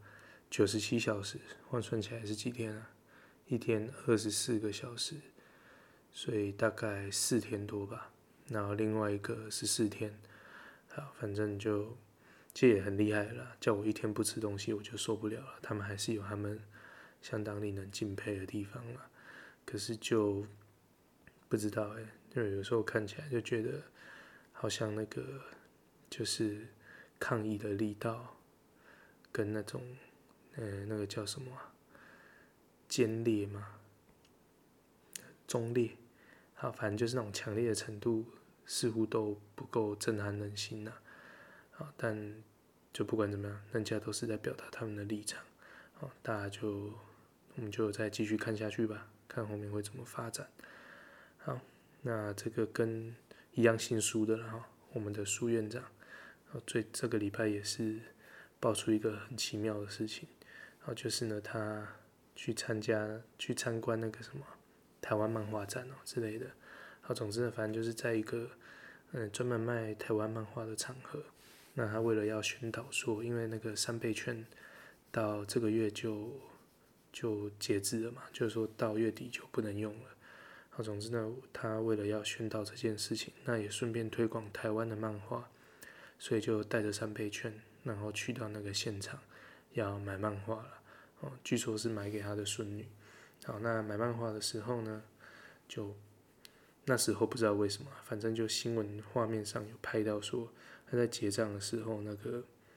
97小时，换算起来是几天啊？一天24个小时，所以大概4天多吧。然后另外一个14天，好，反正其实也很厉害了，叫我一天不吃东西我就受不了了。他们还是有他们相当令人敬佩的地方啦。可是就不知道因为有时候看起来就觉得好像那个就是抗议的力道跟那种那个叫什么尖烈吗？中烈？好，反正就是那种强烈的程度似乎都不够震撼人心啦。好，但就不管怎么样，人家都是在表达他们的立场。好，我们就再继续看下去吧，看后面会怎么发展。好，那这个跟一样姓苏的了我们的苏院长，这个礼拜也是爆出一个很奇妙的事情，就是呢他去参观那个什么台湾漫画展之类的。好，总之呢，反正就是在一个专门卖台湾漫画的场合，那他为了要宣导说，因为那个3倍券到这个月就截止了嘛，就是说到月底就不能用了。好，总之呢，他为了要宣导这件事情，那也顺便推广台湾的漫画，所以就带着3倍券，然后去到那个现场要买漫画了。据说是买给他的孙女。好，那买漫画的时候呢，那时候不知道为什么，反正就新闻画面上有拍到说，他在结账的时候，那个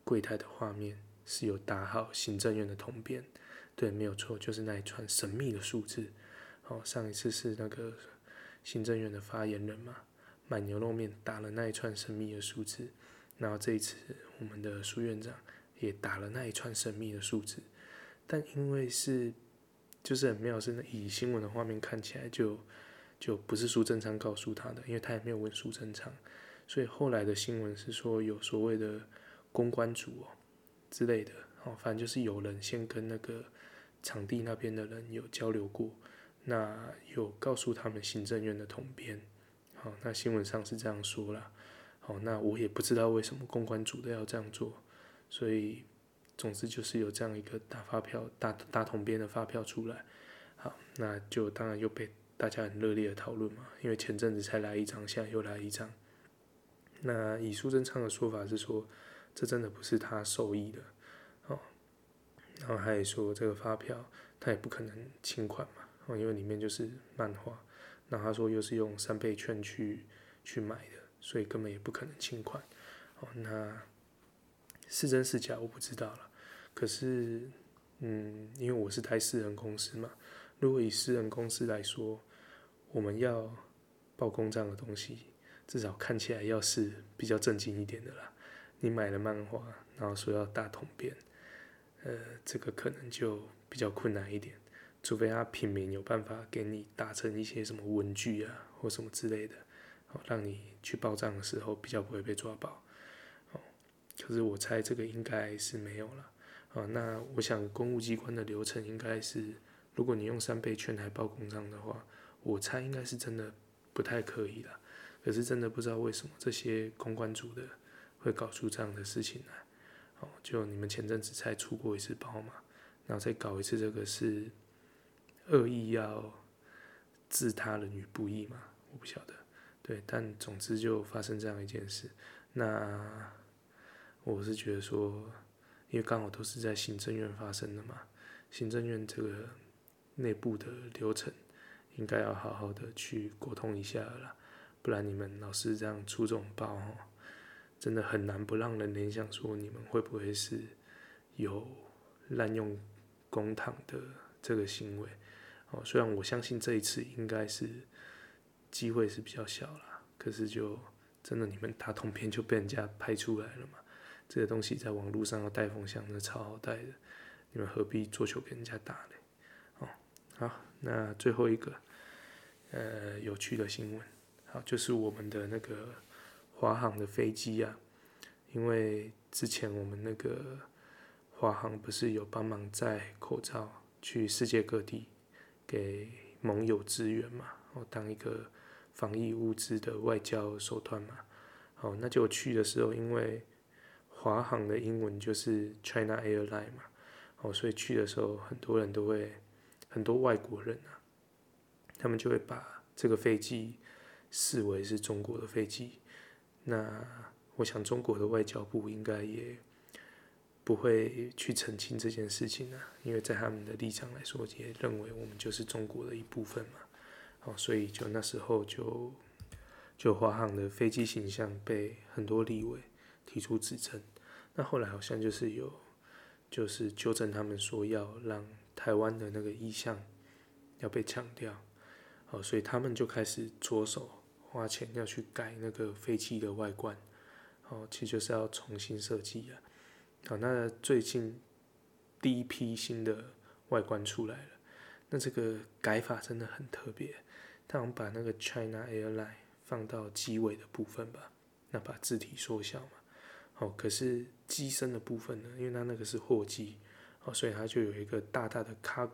柜台的画面是有打好行政院的统编，对，没有错，就是那一串神秘的数字。上一次是那个行政院的发言人嘛，买牛肉面打了那一串神秘的数字，然后这一次我们的苏院长也打了那一串神秘的数字，但因为就是很妙，是以新闻的画面看起来就不是苏贞昌告诉他的，因为他也没有问苏贞昌，所以后来的新闻是说有所谓的公关组之类的，反正就是有人先跟那个场地那边的人有交流过，那有告诉他们行政院的统编，那新闻上是这样说啦，那我也不知道为什么公关组的要这样做，所以总之就是有这样一个大发票、大统编的发票出来，好，那就当然又被大家很热烈的讨论嘛，因为前阵子才来一张，现在又来一张。那以苏贞昌的说法是说，这真的不是他授意的，然后他也说这个发票他也不可能清款嘛，因为里面就是漫画，那他说又是用3倍券去买的，所以根本也不可能清款。那是真是假我不知道了，可是因为我是台私人公司嘛，如果以私人公司来说，我们要报公账的东西，至少看起来要是比较正经一点的啦。你买了漫画，然后说要大统编，这个可能就比较困难一点，除非他品名有办法给你打成一些什么文具啊或什么之类的，让你去报账的时候比较不会被抓包。可是我猜这个应该是没有了。那我想公务机关的流程应该是，如果你用3倍券来报公账的话，我猜应该是真的不太可以啦。可是真的不知道为什么这些公关组的会搞出这样的事情来。就你们前阵子才出过一次包嘛，然后再搞一次，这个是恶意要置他人于不义嘛？我不晓得。对，但总之就发生这样一件事。那我是觉得说，因为刚好都是在行政院发生的嘛，行政院这个内部的流程应该要好好的去沟通一下了啦，不然你们老是这样出这种包，真的很难不让人联想说你们会不会是有滥用公帑的这个行为。虽然我相信这一次应该是机会是比较小啦，可是就真的你们打统编就被人家拍出来了嘛，这个东西在网络上要带风向，那超好带的，你们何必做球给人家打嘞？好，那最后一个有趣的新闻，好，就是我们的那个华航的飞机啊，因为之前我们那个华航不是有帮忙载口罩去世界各地给盟友支援嘛，当一个防疫物资的外交手段嘛。那就去的时候，因为华航的英文就是 China Airline 嘛，所以去的时候很多人都会，很多外国人啊，他们就会把这个飞机视为是中国的飞机。那我想中国的外交部应该也不会去澄清这件事情啊，因为在他们的立场来说，也认为我们就是中国的一部分嘛。所以就那时候就华航的飞机形象被很多立委提出指正，那后来好像就是纠正他们说要让台湾的那个意象要被强调，所以他们就开始着手花钱要去改那个飞机的外观，其实就是要重新设计啊。那最近第一批新的外观出来了，那这个改法真的很特别，他们把那个 China Airline 放到机尾的部分吧，那把字体缩小嘛。可是机身的部分呢，因为它那个是货机，所以它就有一个大大的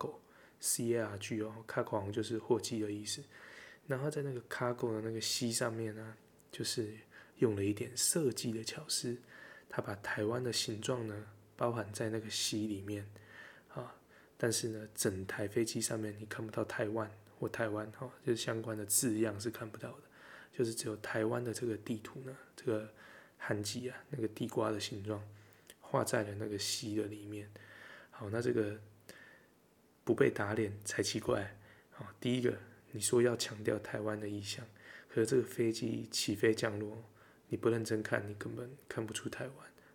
cargo，cargo 好像就是货机的意思。然后在那个 cargo 的那个 C 上面呢，就是用了一点设计的巧思，它把台湾的形状呢包含在那个 C 里面但是呢，整台飞机上面你看不到台湾或台湾就是相关的字样是看不到的，就是只有台湾的这个地图呢，这个汉字啊，那个地瓜的形状画在了那个 C 的里面。好，那这个不被打脸才奇怪。第一个，你说要强调台湾的意象，可是这个飞机起飞降落，你不认真看，你根本看不出台湾。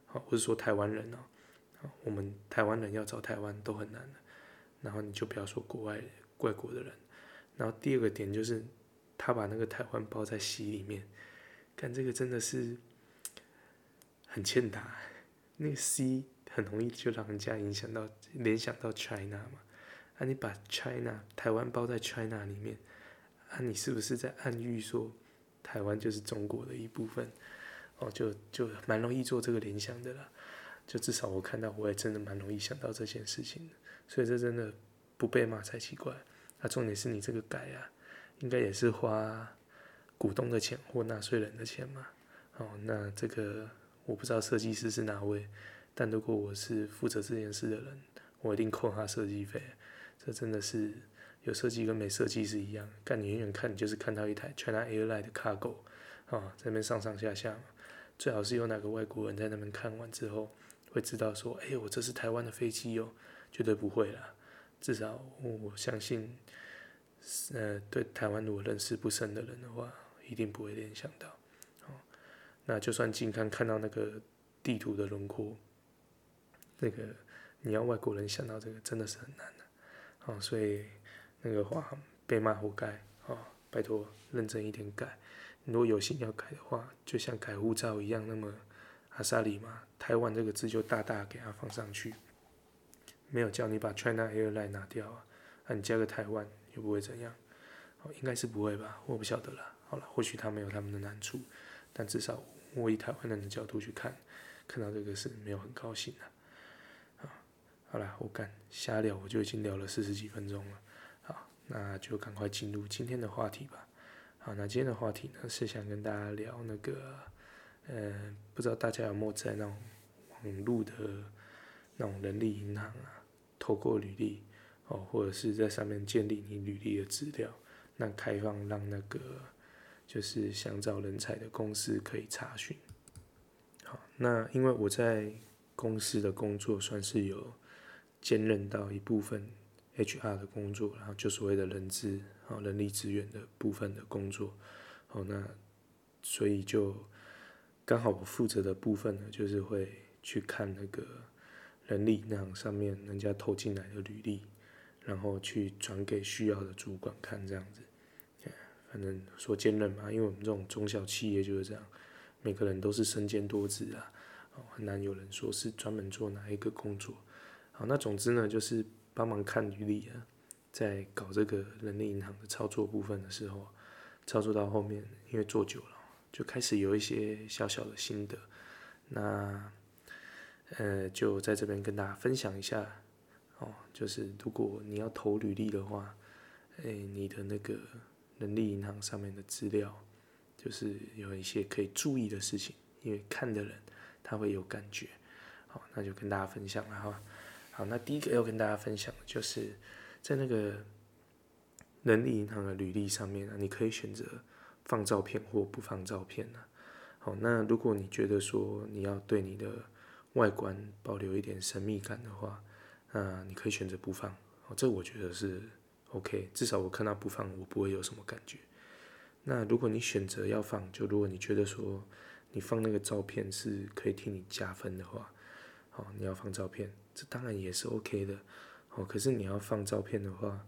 或者说台湾人我们台湾人要找台湾都很难的，然后你就不要说外国的人。然后第二个点就是他把那个台湾包在西里面，干这个真的是很欠打，那个 C 很容易就让人家联想到 China 嘛。你把 China 台湾包在 China 里面，你是不是在暗喻说台湾就是中国的一部分？就蛮容易做这个联想的啦。就至少我看到，我也真的蛮容易想到这件事情的。所以这真的不被骂才奇怪。重点是你这个改应该也是花股东的钱或纳税人的钱嘛。那这个我不知道设计师是哪位，但如果我是负责这件事的人，我一定扣他设计费。这真的是有设计跟没设计是一样，干你远远看，你就是看到一台 China Airline 的 cargo 在那边上上下下嘛。最好是有哪个外国人在那边看完之后，会知道说，我这是台湾的飞机哦，绝对不会啦。至少我相信，对台湾如果认识不深的人的话，一定不会联想到。那就算近看到那个地图的轮廓，那个你要外国人想到这个真的是很难的。所以那个话被骂活该。拜托认真一点改。如果有心要改的话，就像改护照一样，那么阿萨里嘛，台湾这个字就大大给它放上去，没有叫你把 China Airline 拿掉你加个台湾又不会怎样。应该是不会吧，我不晓得啦。好了，或许他们有他们的难处，但至少我以台湾人的角度去看到这个是没有很高兴的。好啦，我瞎聊，我就已经聊了40几分钟了。好，那就赶快进入今天的话题吧。好，那今天的话题呢是想跟大家聊那个，不知道大家有没有在那种网络的那种人力银行投过履历或者是在上面建立你履历的资料，那开放让那个就是想找人才的公司可以查询。好，那因为我在公司的工作算是有兼任到一部分 HR 的工作，然后就所谓的人力资源的部分的工作。那所以就刚好我负责的部分呢，就是会去看那个人力银行上面人家投进来的履历，然后去转给需要的主管看，这样子。反正说兼任嘛，因为我们这种中小企业就是这样，每个人都是身兼多职很难有人说是专门做哪一个工作。好，那总之呢，就是帮忙看履历在搞这个人力银行的操作部分的时候，操作到后面，因为做久了，就开始有一些小小的心得。那就在这边跟大家分享一下就是如果你要投履历的话，你的那个人力银行上面的资料，就是有一些可以注意的事情，因为看的人他会有感觉。好，那就跟大家分享了哈。好，那第一个要跟大家分享的就是在那个人力银行的履历上面你可以选择放照片或不放照片好，那如果你觉得说你要对你的外观保留一点神秘感的话，你可以选择不放。这我觉得是 OK， 至少我看到不放，我不会有什么感觉。那如果你选择要放，就如果你觉得说你放那个照片是可以替你加分的话，你要放照片，这当然也是 OK 的。可是你要放照片的话，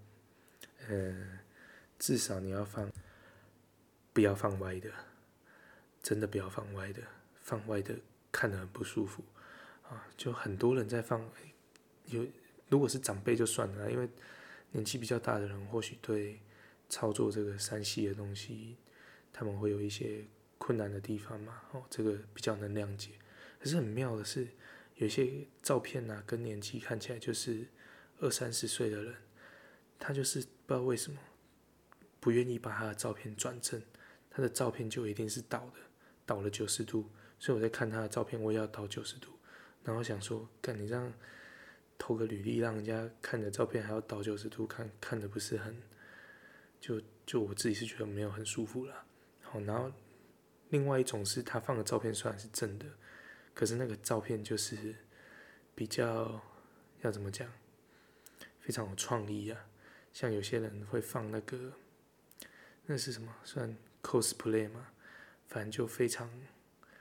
至少你要不要放歪的，真的不要放歪的，放歪的看得很不舒服就很多人在放，如果是长辈就算了因为年纪比较大的人或许对操作这个3C 的东西，他们会有一些困难的地方嘛这个比较能谅解。可是很妙的是，有些照片跟年纪看起来就是20-30岁的人，他就是不知道为什么不愿意把他的照片转正，他的照片就一定是倒了90度，所以我在看他的照片，我也要倒90度，然后想说，干你这样投个履历，让人家看你的照片还要倒90度看的不是很，就我自己是觉得没有很舒服啦。好，然后另外一种是他放的照片虽然是正的，可是那个照片就是比较要怎么讲，非常有创意像有些人会放那是什么？算 cosplay 嘛，反正就非常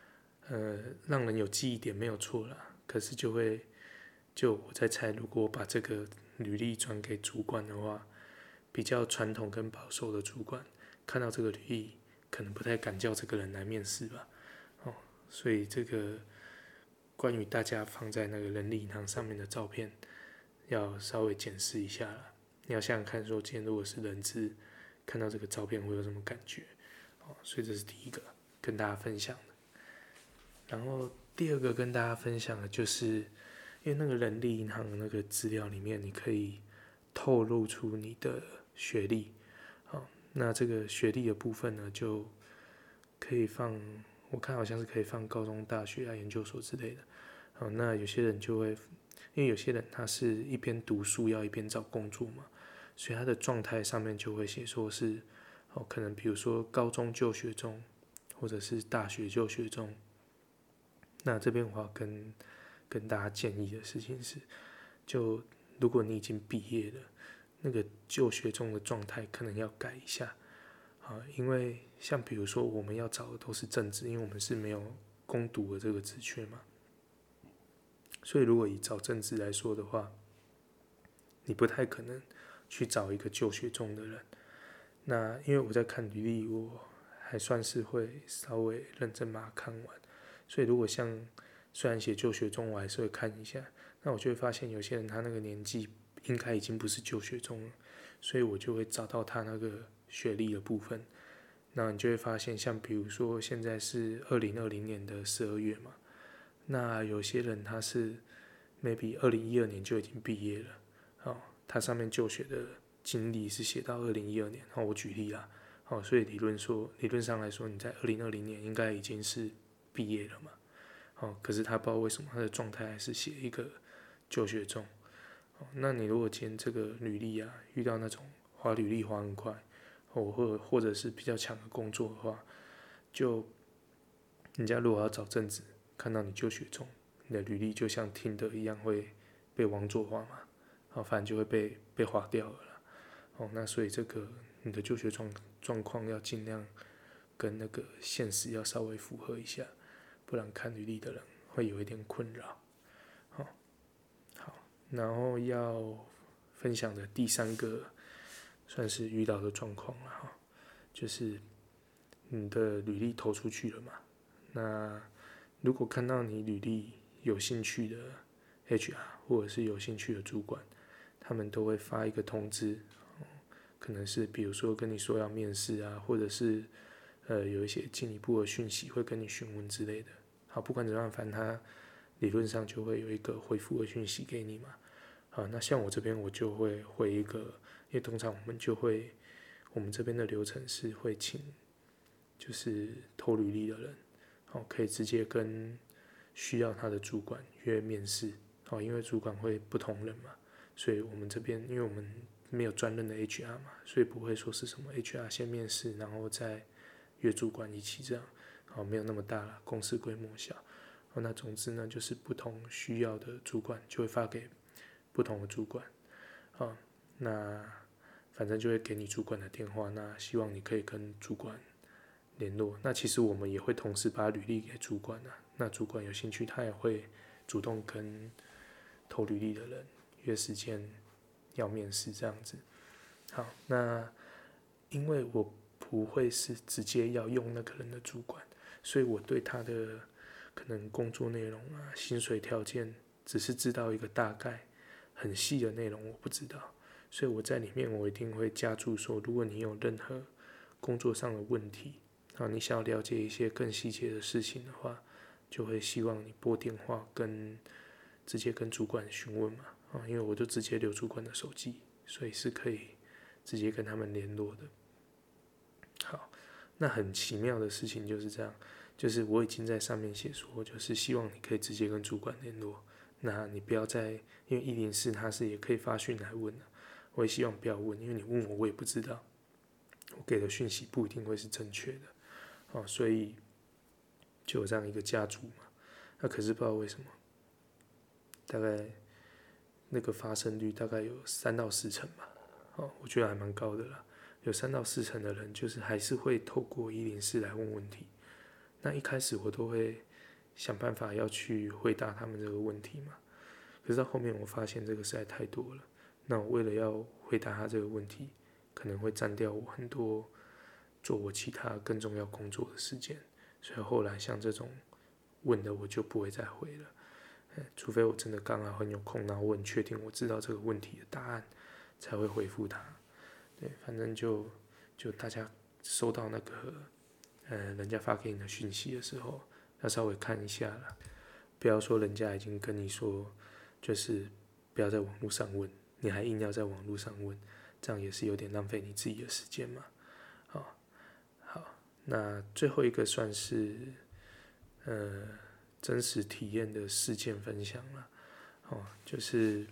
让人有记忆点没有错啦，可是我在猜，如果我把这个履历转给主管的话，比较传统跟保守的主管看到这个履历，可能不太敢叫这个人来面试吧。所以这个关于大家放在那个人力银行上面的照片，要稍微检视一下啦。你要想想看，说今天如果是人资看到这个照片会有什么感觉？所以这是第一个跟大家分享的。然后第二个跟大家分享的就是，因为那个人力银行的那个资料里面，你可以透露出你的学历。那这个学历的部分呢，就可以放，我看好像是可以放高中、大学啊、研究所之类的。那有些人就会，因为有些人他是一边读书要一边找工作嘛，所以他的状态上面就会写说是，可能比如说高中就学中，或者是大学就学中。那这边我要跟大家建议的事情是，就如果你已经毕业了，那个就学中的状态可能要改一下。因为像比如说我们要找的都是正职，因为我们是没有攻读的这个职缺嘛，所以如果以找正职来说的话，你不太可能去找一个就学中的人。那因为我在看履历，我还算是会稍微认真把它看完，所以如果像虽然写就学中，我还是会看一下。那我就会发现有些人他那个年纪应该已经不是就学中了，所以我就会找到他那个学历的部分。那你就会发现，像比如说现在是2020年的12月嘛，那有些人他是 maybe 2012年就已经毕业了，他上面就学的经历是写到2012年，我举例啦，所以理论上来说，你在2020年应该已经是毕业了嘛，可是他不知道为什么他的状态还是写一个就学中，那你如果今天这个履历啊遇到那种滑履历滑很快，或者是比较强的工作的话，就人家如果要找正职，看到你就学中，你的履历就像听的一样会被往左滑嘛，反正就会被划掉了啦。那所以这个你的就学状况要尽量跟那个现实要稍微符合一下，不然看履历的人会有一点困扰。好，然后要分享的第三个算是遇到的状况了哈，就是你的履历投出去了嘛，那如果看到你履历有兴趣的 HR 或者是有兴趣的主管，他们都会发一个通知，可能是比如说跟你说要面试啊，或者是有一些进一步的讯息会跟你询问之类的。好，不管怎样，反正他理论上就会有一个回复的讯息给你嘛。那像我这边我就会回一个，因为通常我们这边的流程是会请就是投履历的人，可以直接跟需要他的主管约面试，因为主管会不同人嘛，所以我们这边因为我们没有专任的 HR 嘛，所以不会说是什么 HR 先面试，然后再约主管一起这样，没有那么大了，公司规模小。那总之呢，就是不同需要的主管就会发给不同的主管，那反正就会给你主管的电话，那希望你可以跟主管联络。那其实我们也会同时把履历给主管啊，那主管有兴趣，他也会主动跟投履历的人约时间要面试这样子。好，那因为我不会是直接要用那个人的主管，所以我对他的可能工作内容啊、薪水条件，只是知道一个大概，很细的内容我不知道，所以我在里面我一定会加注说，如果你有任何工作上的问题，你想要了解一些更细节的事情的话，就会希望你拨电话直接跟主管询问嘛，因为我就直接留主管的手机，所以是可以直接跟他们联络的。好，那很奇妙的事情就是这样，就是我已经在上面写说，就是希望你可以直接跟主管联络，那你不要再因为104它是也可以发讯来问的，我也希望不要问，因为你问我也不知道，我给的讯息不一定会是正确的，所以就有这样一个家族嘛。那可是不知道为什么，大概那个发生率大概有3到4成吧，我觉得还蛮高的啦。有3到4成的人就是还是会透过104来问问题。那一开始我都会想办法要去回答他们这个问题嘛。可是到后面我发现这个实在太多了，那我为了要回答他这个问题，可能会占掉我很多做我其他更重要工作的时间，所以后来像这种问的我就不会再回了，除非我真的刚好很有空，然后我很确定我知道这个问题的答案，才会回复他。对，反正就大家收到那个人家发给你的讯息的时候，要稍微看一下啦，不要说人家已经跟你说，就是不要在网络上问，你还硬要在网络上问，这样也是有点浪费你自己的时间嘛。好，那最后一个算是真实体验的事件分享啦。就是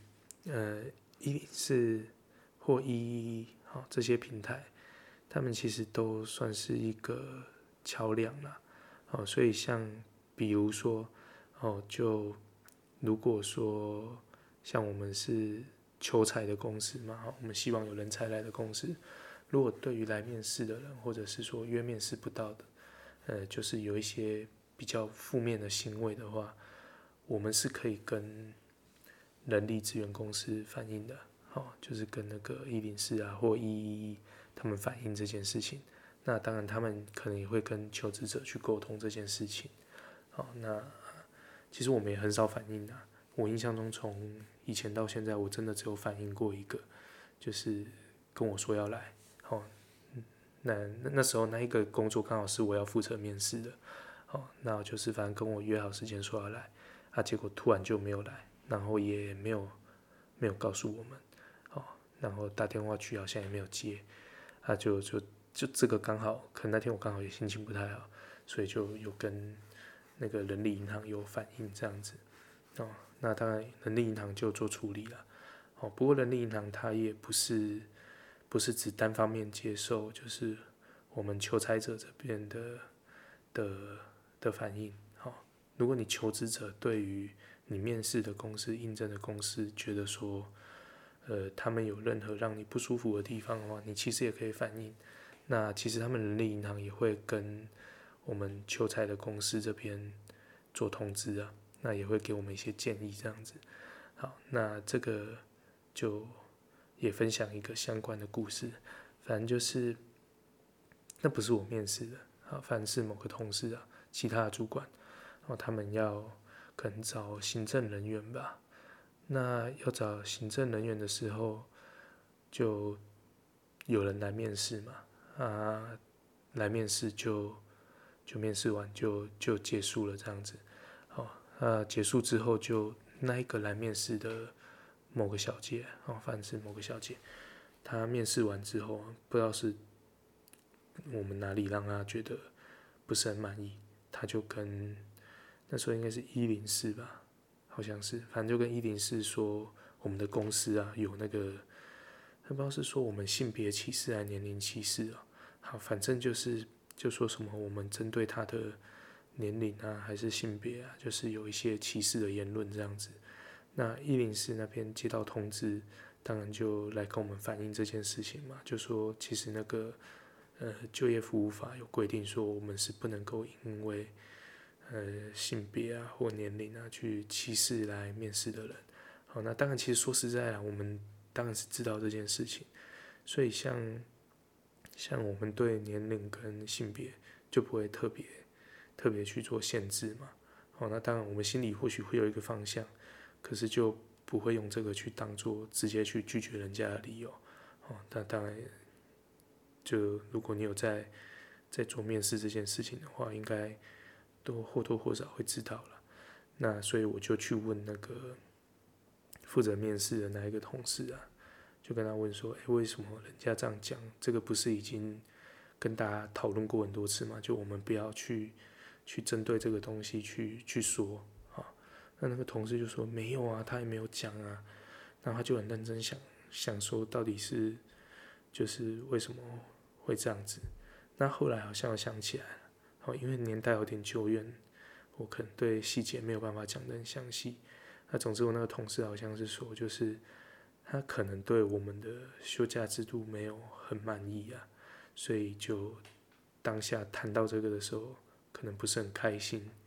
104或111这些平台，他们其实都算是一个桥梁啦。所以像比如说就如果说像我们是求财的公司嘛，我们希望有人才来的公司，如果对于来面试的人，或者是说约面试不到的，就是有一些比较负面的行为的话，我们是可以跟人力资源公司反映的，就是跟那个104啊或111他们反映这件事情。那当然，他们可能也会跟求职者去沟通这件事情。那其实我们也很少反映的。我印象中，从以前到现在，我真的只有反映过一个，就是跟我说要来。那时候那一个工作刚好是我要负责面试的。那就是反正跟我约好时间说要来，结果突然就没有来，然后也没有告诉我们。然后打电话去好像也没有接。就这个刚好，可能那天我刚好也心情不太好，所以就有跟那个人力银行有反映这样子。那当然人力银行就做处理了。不过人力银行它也不是只单方面接受，就是我们求财者这边的反应。如果你求职者对于你面试的公司、应征的公司觉得说，他们有任何让你不舒服的地方的话，你其实也可以反映。那其实他们人力银行也会跟我们求财的公司这边做通知啊，那也会给我们一些建议这样子。好，那这个就也分享一个相关的故事。反正就是那不是我面试的，反正是某个同事啊，其他的主管，他们要可能找行政人员吧。那要找行政人员的时候，就有人来面试嘛。来面试就面试完就结束了这样子。结束之后就那一个来面试的某个小姐，反正是某个小姐，她面试完之后，不知道是我们哪里让她觉得不是很满意，她就跟那时候应该是104吧，好像是，反正就跟104说我们的公司啊有那个，不知道是说我们性别歧视还是年龄歧视啊。好，反正就说什么我们针对她的年龄啊还是性别啊，就是有一些歧视的言论这样子。那104那边接到通知，当然就来跟我们反映这件事情嘛，就说其实那个就业服务法有规定说我们是不能够因为性别啊或年龄啊去歧视来面试的人。好，那当然其实说实在啊，我们当然是知道这件事情，所以像我们对年龄跟性别就不会特别去做限制嘛。那当然我们心里或许会有一个方向，可是就不会用这个去当做直接去拒绝人家的理由。那当然就如果你有在做面试这件事情的话，应该都或多或少会知道了。那所以我就去问那个负责面试的那一个同事啊，就跟他问说，为什么人家这样讲？这个不是已经跟大家讨论过很多次吗？就我们不要去针对这个东西去说。那个同事就说没有啊，他也没有讲啊。然后他就很认真想说，到底是就是为什么会这样子？那后来好像想起来了，因为年代有点久远，我可能对细节没有办法讲得很详细。那总之我那个同事好像是说，就是他可能对我们的休假制度没有很满意啊，所以就当下谈到这个的时候，可能不是很开心。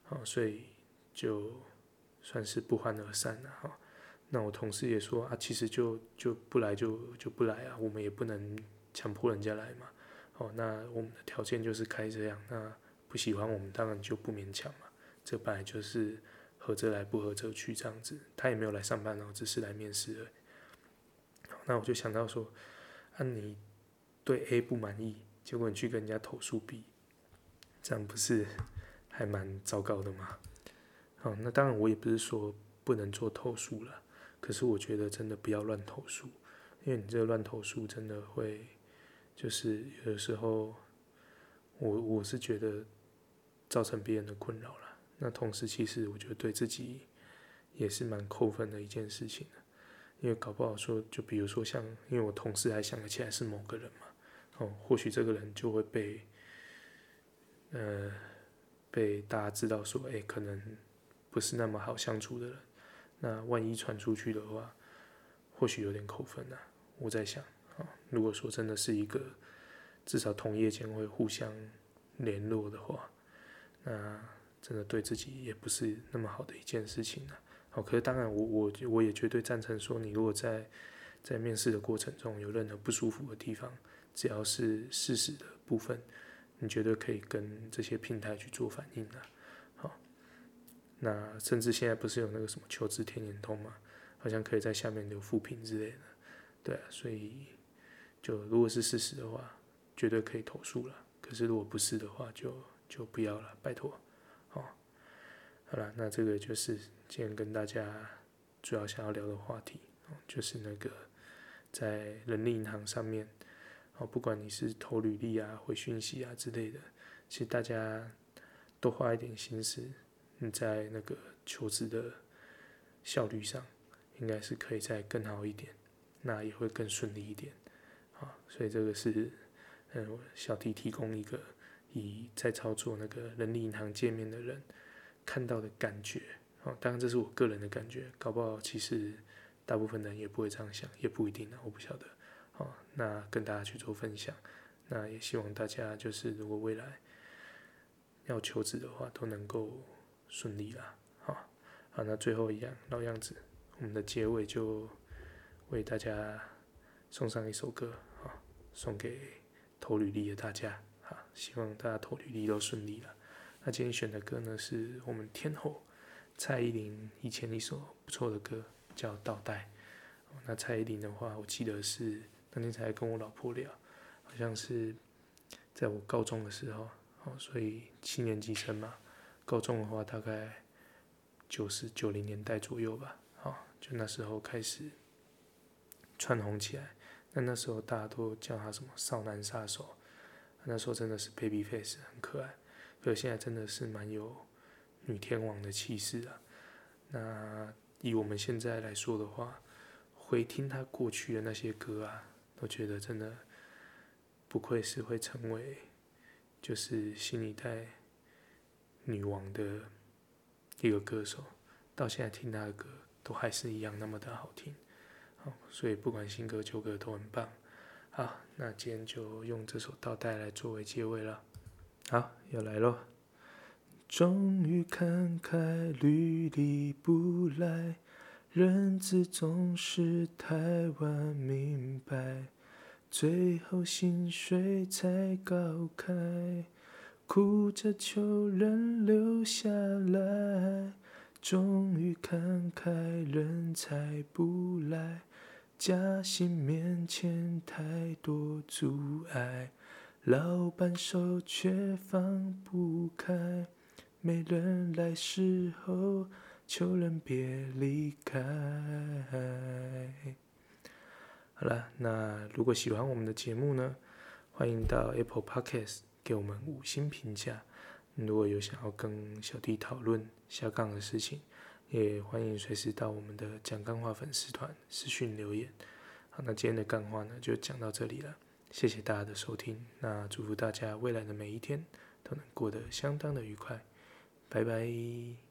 所以就算是不欢而散了。那我同事也说啊，其实就不来就不来啊，我们也不能强迫人家来嘛。那我们的条件就是开这样，那不喜欢我们当然就不勉强嘛，这本来就是合则来不合则去这样子。他也没有来上班，只是来面试而已。那我就想到说，你对 A 不满意，结果你去跟人家投诉 B， 这样不是还蛮糟糕的吗？那当然我也不是说不能做投诉啦，可是我觉得真的不要乱投诉，因为你这个乱投诉真的会，就是有的时候我是觉得造成别人的困扰啦。那同时其实我觉得对自己也是蛮扣分的一件事情的，因为搞不好说，就比如说像，因为我同事还想得起来是某个人嘛，或许这个人就会被大家知道说，可能不是那么好相处的人，那万一传出去的话，或许有点扣分啊。我在想，如果说真的是一个至少同业间会互相联络的话，那真的对自己也不是那么好的一件事情啊。可是当然我也绝对赞成说，你如果在面试的过程中有任何不舒服的地方，只要是事实的部分，你绝对可以跟这些平台去做反应啊。那甚至现在不是有那个什么求职天眼通嘛，好像可以在下面留负评之类的，对啊，所以就如果是事实的话，绝对可以投诉了。可是如果不是的话，就不要了，拜托。好了，那这个就是今天跟大家主要想要聊的话题，就是那个在人力银行上面，不管你是投履历啊、回讯息啊之类的，其实大家多花一点心思，你在那个求职的效率上，应该是可以再更好一点，那也会更顺利一点。所以这个是小弟提供一个以在操作那个人力银行界面的人看到的感觉。当然这是我个人的感觉，搞不好其实大部分人也不会这样想，也不一定啊，我不晓得。那跟大家去做分享，那也希望大家就是如果未来要求职的话，都能够顺利啦。好，那最后一样老样子，我们的结尾就为大家送上一首歌，送给投履历的大家，希望大家投履历都顺利了。那今天选的歌呢，是我们天后蔡依林以前一首不错的歌，叫《倒带》。那蔡依林的话，我记得是那天才跟我老婆聊，好像是在我高中的时候，所以7年级生嘛，高中的话大概90年代左右吧，就那时候开始窜红起来。那时候大家都叫他什么少男杀手，那时候真的是 baby face 很可爱，可是现在真的是蛮有女天王的气势啊。那以我们现在来说的话，回听他过去的那些歌啊，都觉得真的不愧是会成为就是新一代女王的一个歌手，到现在听他的歌都还是一样那么的好听。所以不管新歌旧歌都很棒。好，那今天就用这首倒带来作为结尾了。好，要来咯。终于看开，履历不来，人资总是太晚明白，最后薪水才高开，哭着求人留下来。终于看开，人才不来，加薪面前太多阻碍，老板手却放不开，没人来时候求人别离开。好了，那如果喜欢我们的节目呢，欢迎到 Apple Podcast 给我们5星评价。如果有想要跟小弟讨论下杠的事情，也欢迎随时到我们的讲干话粉丝团私讯留言。好，那今天的干话呢就讲到这里了，谢谢大家的收听。那祝福大家未来的每一天都能过得相当的愉快，拜拜。